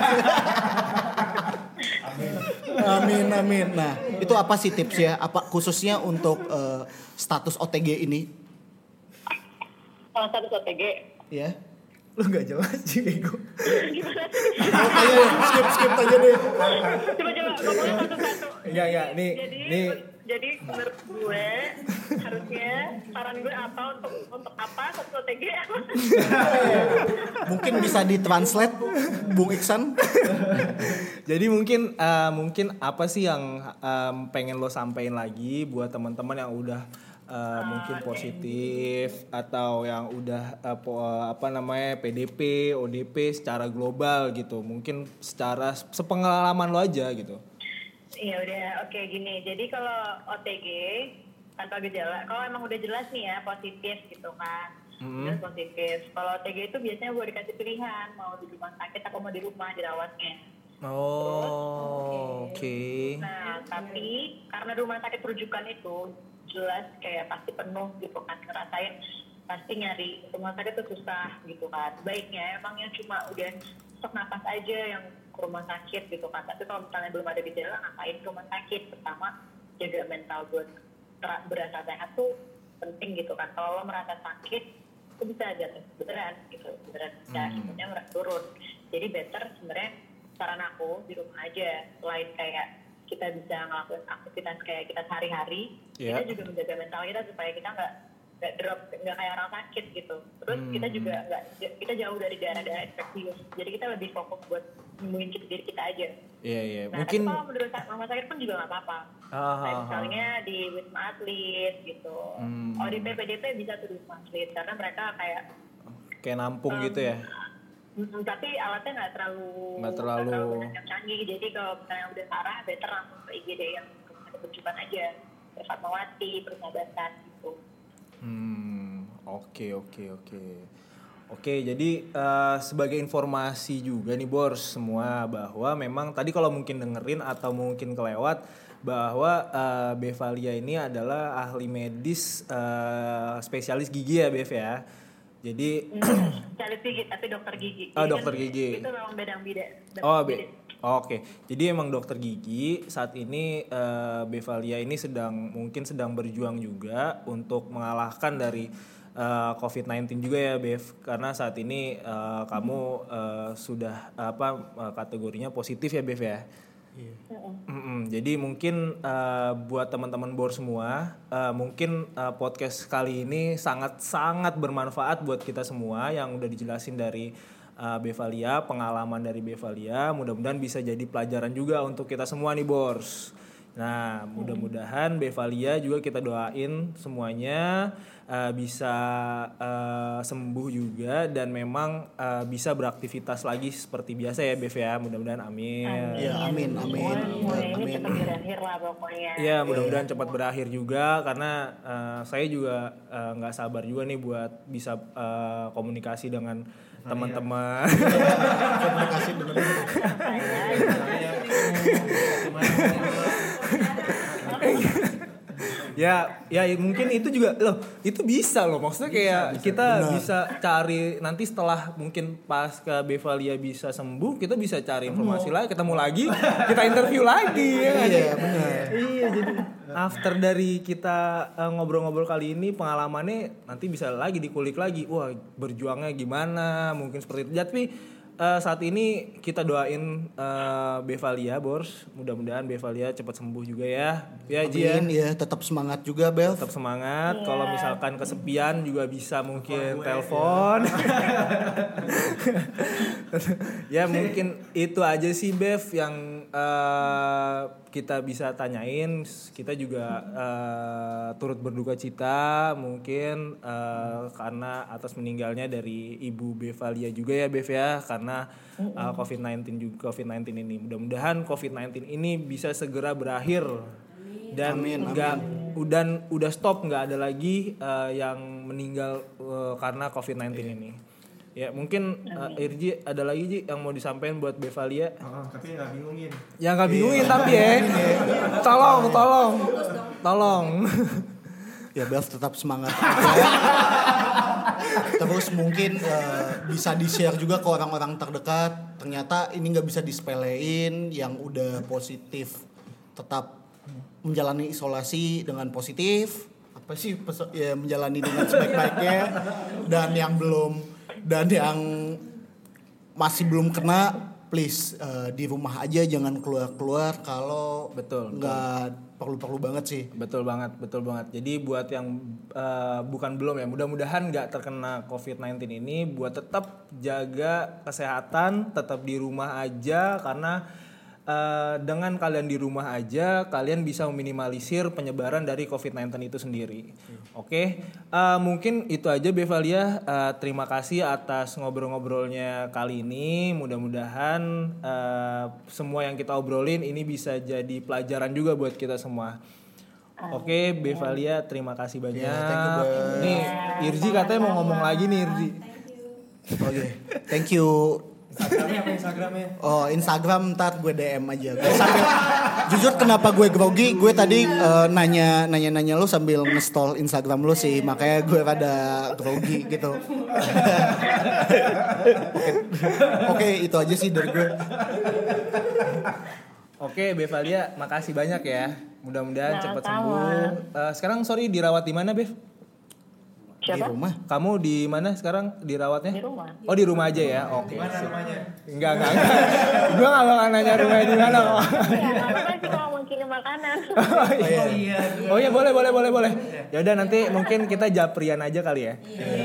Amin amin. Nah, itu apa sih tips ya? Apa khususnya untuk eh, status O T G ini? Kalau status O T G Ya. Lu nggak jelas sih, Bego. gimana sih? Oh, tanya deh, skip skip tanya deh. Coba coba ngomongnya satu-satu. Enggak, enggak. Nih, Jadi nih. jadi menurut gue harusnya saran gue apa untuk untuk apa status O T G? Mungkin bisa ditranslate Bung Iksan. Jadi mungkin eh, mungkin apa sih yang em, pengen lo sampein lagi buat teman-teman yang udah eh, mungkin positif atau yang udah eh, po- apa namanya P D P, O D P secara global gitu. Mungkin secara sepengalaman lo aja gitu. Iya udah oke gini. Jadi kalau O T G tanpa gejala, kalau emang udah jelas nih ya positif gitu kan, Hmm. jelas positif. Kalau O T G itu biasanya gue dikasih pilihan mau di rumah sakit atau mau di rumah dirawatnya. Oh, oke. Nah tapi karena rumah sakit rujukan itu jelas kayak pasti penuh gitu kan, ngerasain pasti nyari rumah sakit itu susah gitu kan. Baiknya emang yang cuma udah sesak napas aja yang ke rumah sakit gitu kan. Tapi kalau misalnya belum ada gejala ngapain ke rumah sakit? Pertama jaga mental buat ter- berasa sehat tuh penting gitu kan. Kalau lo merasa sakit itu bisa jatuh beneran gitu, beneran bisa Hmm. imunnya merasa turun. Jadi better sebenarnya saran aku di rumah aja. Selain kayak kita bisa ngelakuin aktivitas kayak kita sehari-hari, Yeah. kita juga menjaga mental kita supaya kita nggak nggak drop, nggak kayak orang sakit gitu. Terus hmm. kita juga nggak, kita jauh dari daerah-daerah infeksius. Jadi kita lebih fokus buat nyembuhin diri kita aja. Iya iya. Nah, mungkin. Tapi kalau menurut rumah sakit pun juga nggak apa-apa. Ah, Kayak ah, misalnya ah. di Wisma Atlet gitu. Hmm. Oh di P P D P bisa tuh di Wisma Atlet karena mereka kayak kayak nampung um, gitu ya. Mm, tapi alatnya nggak terlalu nggak terlalu, terlalu canggih. Jadi kalau misalnya udah parah, better langsung ke I G D yang ada rujukan aja. Fatmawati, persahabatan gitu. Hmm, oke oke oke. Oke, jadi uh, sebagai informasi juga nih Bors semua bahwa memang tadi kalau mungkin dengerin atau mungkin kelewat bahwa uh, Bevalia ini adalah ahli medis uh, spesialis gigi ya Bev ya. Jadi spesialis gigi tapi dokter gigi. Oh, dokter gigi. Itu memang bedang beda. Oh, be- oh, oke. Okay. Jadi emang dokter gigi saat ini uh, Bevalia ini sedang mungkin sedang berjuang juga untuk mengalahkan dari uh, covid sembilan belas juga ya Bev, karena saat ini uh, kamu uh, sudah apa uh, kategorinya positif ya Bev ya. Iya. Mm-mm. Jadi mungkin uh, buat teman-teman Bor semua, uh, mungkin uh, podcast kali ini sangat-sangat bermanfaat buat kita semua yang udah dijelasin dari uh, Bevalia, pengalaman dari Bevalia. Mudah-mudahan bisa jadi pelajaran juga untuk kita semua nih Bors. Nah, mudah-mudahan Bevalia juga kita doain semuanya uh, bisa uh, sembuh juga dan memang uh, bisa beraktivitas lagi seperti biasa ya Bev ya. Mudah-mudahan amin. Ya, amin, amin. Semuanya ini cepat berakhir lah pokoknya. Iya, mudah-mudahan cepat berakhir juga karena uh, saya juga nggak uh, sabar juga nih buat bisa uh, komunikasi dengan teman-teman. Komunikasi dengan ya ya mungkin itu juga loh, itu bisa loh, maksudnya kayak bisa, bisa. kita Benar. bisa cari nanti setelah mungkin pas ke Bevalia bisa sembuh, kita bisa cari informasi lagi, ketemu lagi, kita interview lagi ya. Iya benar. Iya, jadi after dari kita uh, ngobrol-ngobrol kali ini, pengalamannya nanti bisa lagi dikulik lagi, wah berjuangnya gimana, mungkin seperti itu. Tapi Uh, saat ini kita doain uh, Bevalia Bors, mudah-mudahan Bevalia cepat sembuh juga ya. Ya Ji ya. Ya, tetap semangat juga Bev. Tetap semangat. Yeah. Kalau misalkan kesepian juga bisa mungkin telepon. Ya mungkin itu aja sih Bev yang uh, kita bisa tanyain. Kita juga uh, turut berduka cita mungkin uh, karena atas meninggalnya dari Ibu Bevalia juga ya Bev ya, karena uh, covid sembilan belas juga covid sembilan belas ini. Mudah-mudahan covid sembilan belas ini bisa segera berakhir dan enggak udah udah stop, nggak ada lagi uh, yang meninggal uh, karena covid sembilan belas ini. Ya mungkin uh, Irji ada lagi Ji yang mau disampaikan buat Bevalia. Oh, tapi nggak bingungin. Ya nggak bingungin tapi ya. Tolong, tolong, tolong. Ya Bev tetap semangat. Terus mungkin uh, bisa di-share juga ke orang-orang terdekat. Ternyata ini nggak bisa disepelein, yang udah positif tetap menjalani isolasi dengan positif. Apa sih ya, menjalani dengan sebaik-baiknya, dan yang belum dan yang masih belum kena, please uh, di rumah aja, jangan keluar-keluar kalau betul nggak perlu-perlu banget sih. Betul banget, betul banget. Jadi buat yang uh, bukan belum ya, mudah-mudahan nggak terkena covid sembilan belas ini, buat tetap jaga kesehatan, tetap di rumah aja, karena Uh, dengan kalian di rumah aja, kalian bisa meminimalisir penyebaran dari covid sembilan belas itu sendiri. Oke, okay? uh, mungkin itu aja Bevalia. Uh, terima kasih atas ngobrol-ngobrolnya kali ini. Mudah-mudahan uh, semua yang kita obrolin ini bisa jadi pelajaran juga buat kita semua. Oke, okay, Bevalia, terima kasih banyak. Yeah, thank you, nih, Irji katanya mau ngomong lagi nih, Irji. Oke, okay. Thank you. Instagramnya apa Instagramnya? Oh Instagram ntar gue D M aja. Gue sambil, jujur kenapa gue grogi, gue tadi uh, nanya nanya nanya lu sambil nge-stall Instagram lu sih, makanya gue rada grogi gitu. Oke, oke itu aja sih dari gue. Oke Bevalia, makasih banyak ya. Mudah-mudahan cepat sembuh. Uh, sekarang sorry dirawat di mana Bev? Di Siapa? rumah. Kamu di mana sekarang dirawatnya? Di rumah. Oh di rumah aja ya. Oke. Di mana rumahnya? Enggak enggak. enggak. Gue nggak bakal nanya rumahnya di mana kok. Ya, aku kan cuma mau kirim makanan. Oh iya. Oh iya. Oh iya boleh boleh boleh boleh. Ya udah nanti mungkin kita japrian aja kali ya.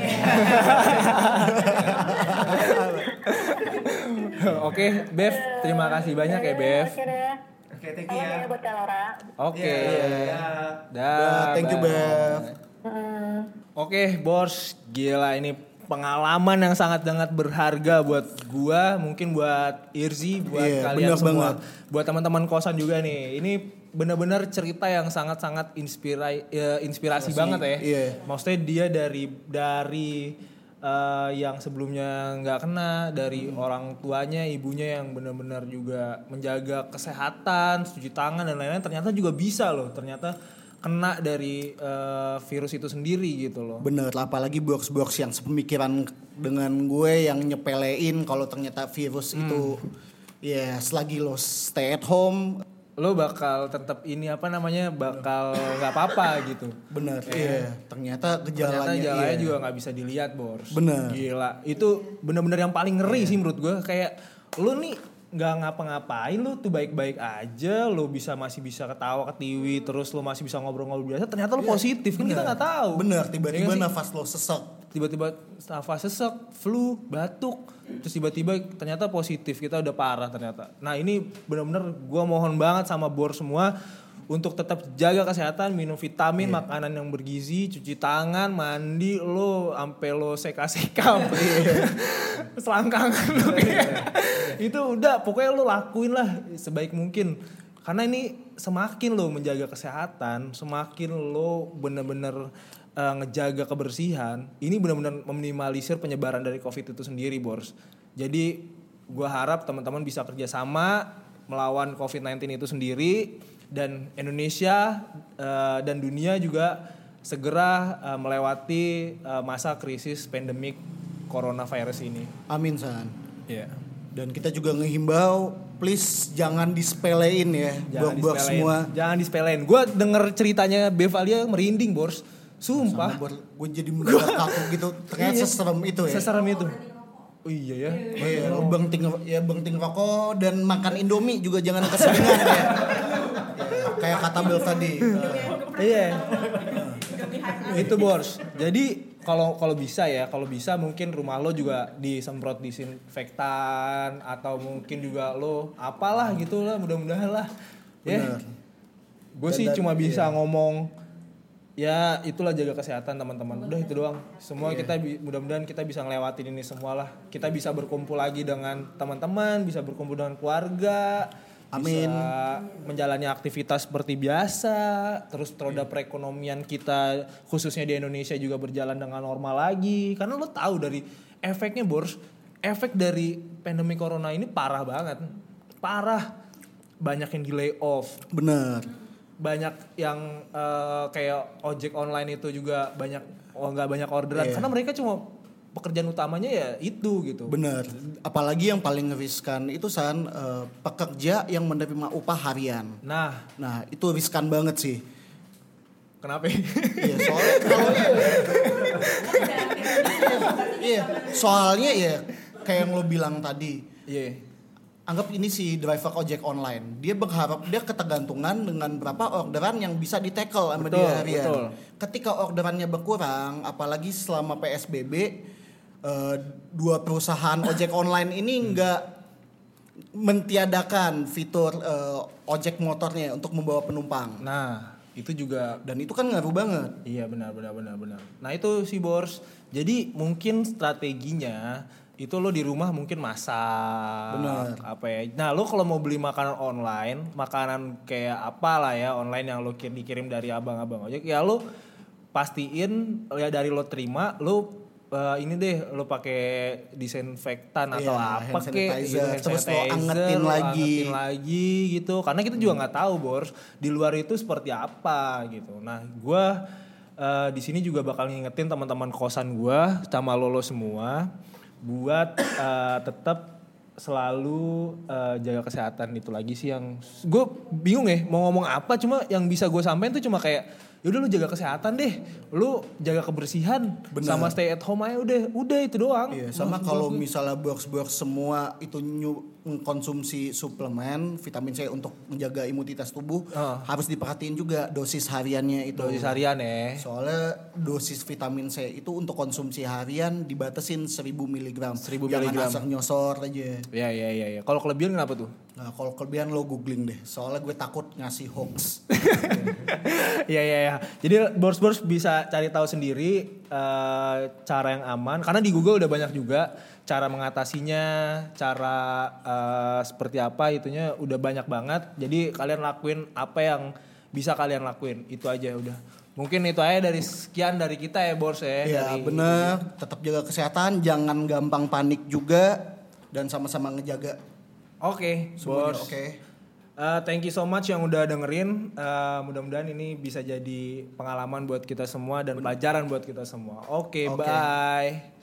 Oke, Bev, terima kasih banyak ya, Bev. Oke deh. Oke, thank Salam you ya. ya buat Kak Laura. Oke. Iya. Dah. Thank you, bye. Bev. Hmm. Oke, Bors, gila ini pengalaman yang sangat-sangat berharga buat gua, mungkin buat Irzi, buat Iya, kalian bener semua, banget. buat teman-teman kosan juga nih. Ini benar-benar cerita yang sangat-sangat inspira ya, inspirasi banget ya. Iya. Maksudnya dia dari dari eh, yang sebelumnya nggak kena, dari orang tuanya, ibunya yang benar-benar juga menjaga kesehatan, cuci tangan dan lain-lain, ternyata juga bisa loh. Ternyata kena dari uh, virus itu sendiri gitu loh. Bener, apalagi box-box yang sepemikiran dengan gue yang nyepelein kalau ternyata virus Hmm. itu ya selagi lo stay at home. Lo bakal tetap ini apa namanya bakal nggak apa-apa gitu. Bener, iya. Ternyata Ternyata gejalanya, gejalanya iya. juga nggak bisa dilihat, Bors. Bener. Gila, itu bener-bener yang paling ngeri sih menurut gue. Kayak lo nih nggak ngapa-ngapain, lo tuh baik-baik aja, lo bisa masih bisa ketawa ketiwi, terus lo masih bisa ngobrol-ngobrol biasa. Ternyata lo positif, kan kita nggak tahu. Bener, Ya tiba-tiba nggak sih? nafas lo sesek. Tiba-tiba nafas sesek, flu, batuk, terus tiba-tiba ternyata positif, kita udah parah ternyata. Nah ini benar-benar gue mohon banget sama Bor semua untuk tetap jaga kesehatan, minum vitamin, Iya. makanan yang bergizi, cuci tangan, mandi, lo sampai lo seka-seka, selangkangan lo itu udah pokoknya lo lakuin lah sebaik mungkin. Karena ini semakin lo menjaga kesehatan, semakin lo bener-bener uh, ngejaga kebersihan, ini benar-benar meminimalisir penyebaran dari COVID itu sendiri, Bors. Jadi gue harap teman-teman bisa kerjasama melawan covid sembilan belas itu sendiri, dan Indonesia uh, dan dunia juga segera uh, melewati uh, masa krisis pandemik coronavirus ini. Amin, San. Iya. Dan kita juga ngehimbau, please jangan disepelein ya, box-box semua. Jangan disepelein. Gue denger ceritanya Bevalia merinding, Bors. Sumpah. Gue jadi mendadak kaku gitu, ternyata Iya. seserem itu ya. Seserem itu. Oh iya ya. Oh iya, lo bengting ya bengting rokok dan makan Indomie juga jangan keseringan ya. Ya, kayak kata Bel tadi. Iya. Itu, Bors. Jadi kalau kalau bisa ya, kalau bisa mungkin rumah lo juga disemprot disinfektan, atau mungkin juga lo apalah gitu lah, mudah-mudahan lah. Ya. Gue sih Dan- cuma dan- bisa iya. ngomong ya itulah, jaga kesehatan teman-teman. Udah itu doang. Semua Iya. kita bi- mudah-mudahan kita bisa ngelewatin ini semua lah. Kita bisa berkumpul lagi dengan teman-teman, bisa berkumpul dengan keluarga. Amin. Bisa menjalani aktivitas seperti biasa. Terus roda perekonomian kita khususnya di Indonesia juga berjalan dengan normal lagi. Karena lo tahu dari efeknya, Bors. Efek dari pandemi corona ini parah banget. Parah. Banyak yang di layoff. Bener. Banyak yang uh, kayak ojek online itu juga banyak oh nggak banyak orderan. Iya. Karena mereka cuma pekerjaan utamanya ya itu gitu. Bener. Apalagi yang paling riskan itu San, eh, pekerja yang menerima upah harian. Nah, Nah itu riskan banget sih. kenapa? Iya soalnya kalau iya soalnya ya kayak yang lo bilang tadi. Iya. Anggap ini si driver ojek online, dia berharap dia ketergantungan dengan berapa orderan yang bisa di-tackle sama Betul, dia harian. betul. Ketika orderannya berkurang, apalagi selama P S B B, eh, dua perusahaan ojek online ini nggak mentiadakan fitur eh, ojek motornya untuk membawa penumpang. Nah, itu juga Dan itu kan ngaruh banget. iya benar benar benar benar. Nah, itu si Bors. Jadi mungkin strateginya itu lo di rumah mungkin masak Benar. apa ya. Nah, lo kalau mau beli makanan online, makanan kayak apalah ya online yang lo ki- dikirim dari abang-abang ojek, ya lo pastiin ya dari lo terima lo eh, ini deh lo pakai disinfektan atau Iya, apa hand kek, sanitizer. gitu, hand Terus lo sanitizer, angetin lo lagi. angetin lagi gitu. Karena kita juga nggak tahu, Bors, di luar itu seperti apa gitu. Nah, gua eh, di sini juga bakal ngingetin teman-teman kosan gua sama lo semua buat uh, tetap selalu uh, jaga kesehatan. Itu lagi sih yang gue bingung ya mau ngomong apa, cuma yang bisa gue sampein tuh cuma kayak yaudah lu jaga kesehatan deh, lu jaga kebersihan, Bener. sama stay at home aja udah, udah itu doang. Iya, sama kalau misalnya box-box semua itu nyu- mengkonsumsi suplemen vitamin C untuk menjaga imunitas tubuh, Uh. harus diperhatiin juga dosis hariannya itu. Dosis harian ya. Soalnya dosis vitamin C itu untuk konsumsi harian dibatasin seribu miligram. seribu Jangan miligram. asal nyosor aja. Iya iya iya. Ya. Kalau kelebihan kenapa tuh? Nah kalau kelebihan lo googling deh. Soalnya gue takut ngasih hoax. Iya iya iya. Jadi bors-bors bisa cari tahu sendiri uh, cara yang aman. Karena di Google udah banyak juga cara mengatasinya, cara uh, seperti apa itunya udah banyak banget. Jadi kalian lakuin apa yang bisa kalian lakuin. Itu aja udah. Mungkin itu aja dari sekian dari kita ya Bors ya. Iya dari, bener. Tetap jaga kesehatan. Jangan gampang panik juga. Dan sama-sama ngejaga. Oke, Semuanya Bors. oke. Uh, thank you so much yang udah dengerin. Uh, mudah-mudahan ini bisa jadi pengalaman buat kita semua dan pelajaran buat kita semua. Oke, Oke. bye.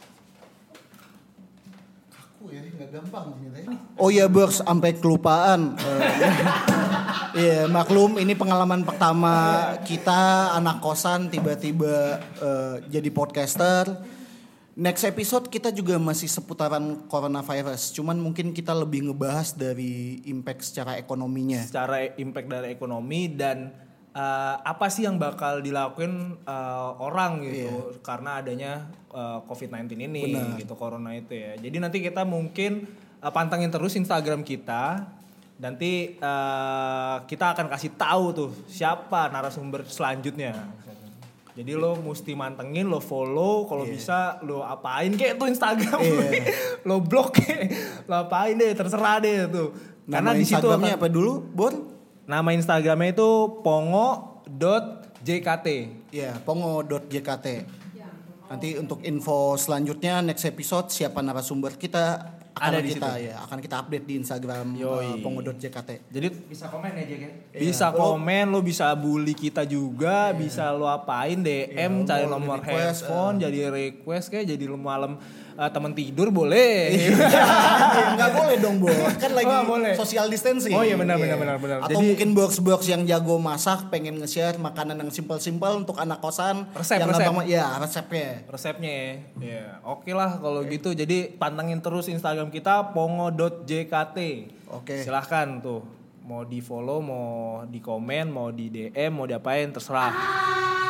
Ya, nggak gampang gitu. Oh iya Bors, sampai kelupaan. Iya, yeah, maklum ini pengalaman pertama kita anak kosan tiba-tiba uh, jadi podcaster. Next episode kita juga masih seputaran coronavirus. Cuman mungkin kita lebih ngebahas dari impact secara ekonominya. Secara impact dari ekonomi dan uh, apa sih yang bakal dilakuin uh, orang gitu Iya. karena adanya uh, covid sembilan belas ini. Benar. Gitu corona itu ya. Jadi nanti kita mungkin uh, pantengin terus Instagram kita. Nanti uh, kita akan kasih tahu tuh siapa narasumber selanjutnya. Jadi lo mesti mantengin, lo follow, kalau Iya. bisa lo apain kayak tuh Instagram, Iya. lo blok kayak, lo apain deh, terserah deh tuh. Karena Nama di situ Instagramnya akan- apa dulu, Bor? Nama Instagramnya itu pongo dot j k t. Ya, pongo dot j k t. Nanti untuk info selanjutnya next episode siapa narasumber kita akan Ada di kita situ. ya akan kita update di Instagram Yoi. uh, pongo dot j k t. Jadi Bisa komen aja kan? bisa Iya. Lo- komen, lo bisa bully kita juga, bisa lo apain D M, Iya, cari lo nomor request, handphone, eh. jadi request kayak jadi lo malam uh, temen tidur boleh. Enggak boleh dong, Bor. Kan lagi Oh, boleh. social distancing. Oh, iya, benar, Iya. benar, benar, benar. Atau Jadi- mungkin box-box yang jago masak pengen nge-share makanan yang simpel-simpel untuk anak kosan. Resep, yang resep. gampang- ya, resepnya. Resepnya ya. Ya, oke lah kalau gitu. Jadi pantengin terus Instagram kita pongo dot j k t. Oke. Silahkan tuh. Mau di follow, mau di komen, mau di D M, mau diapain terserah.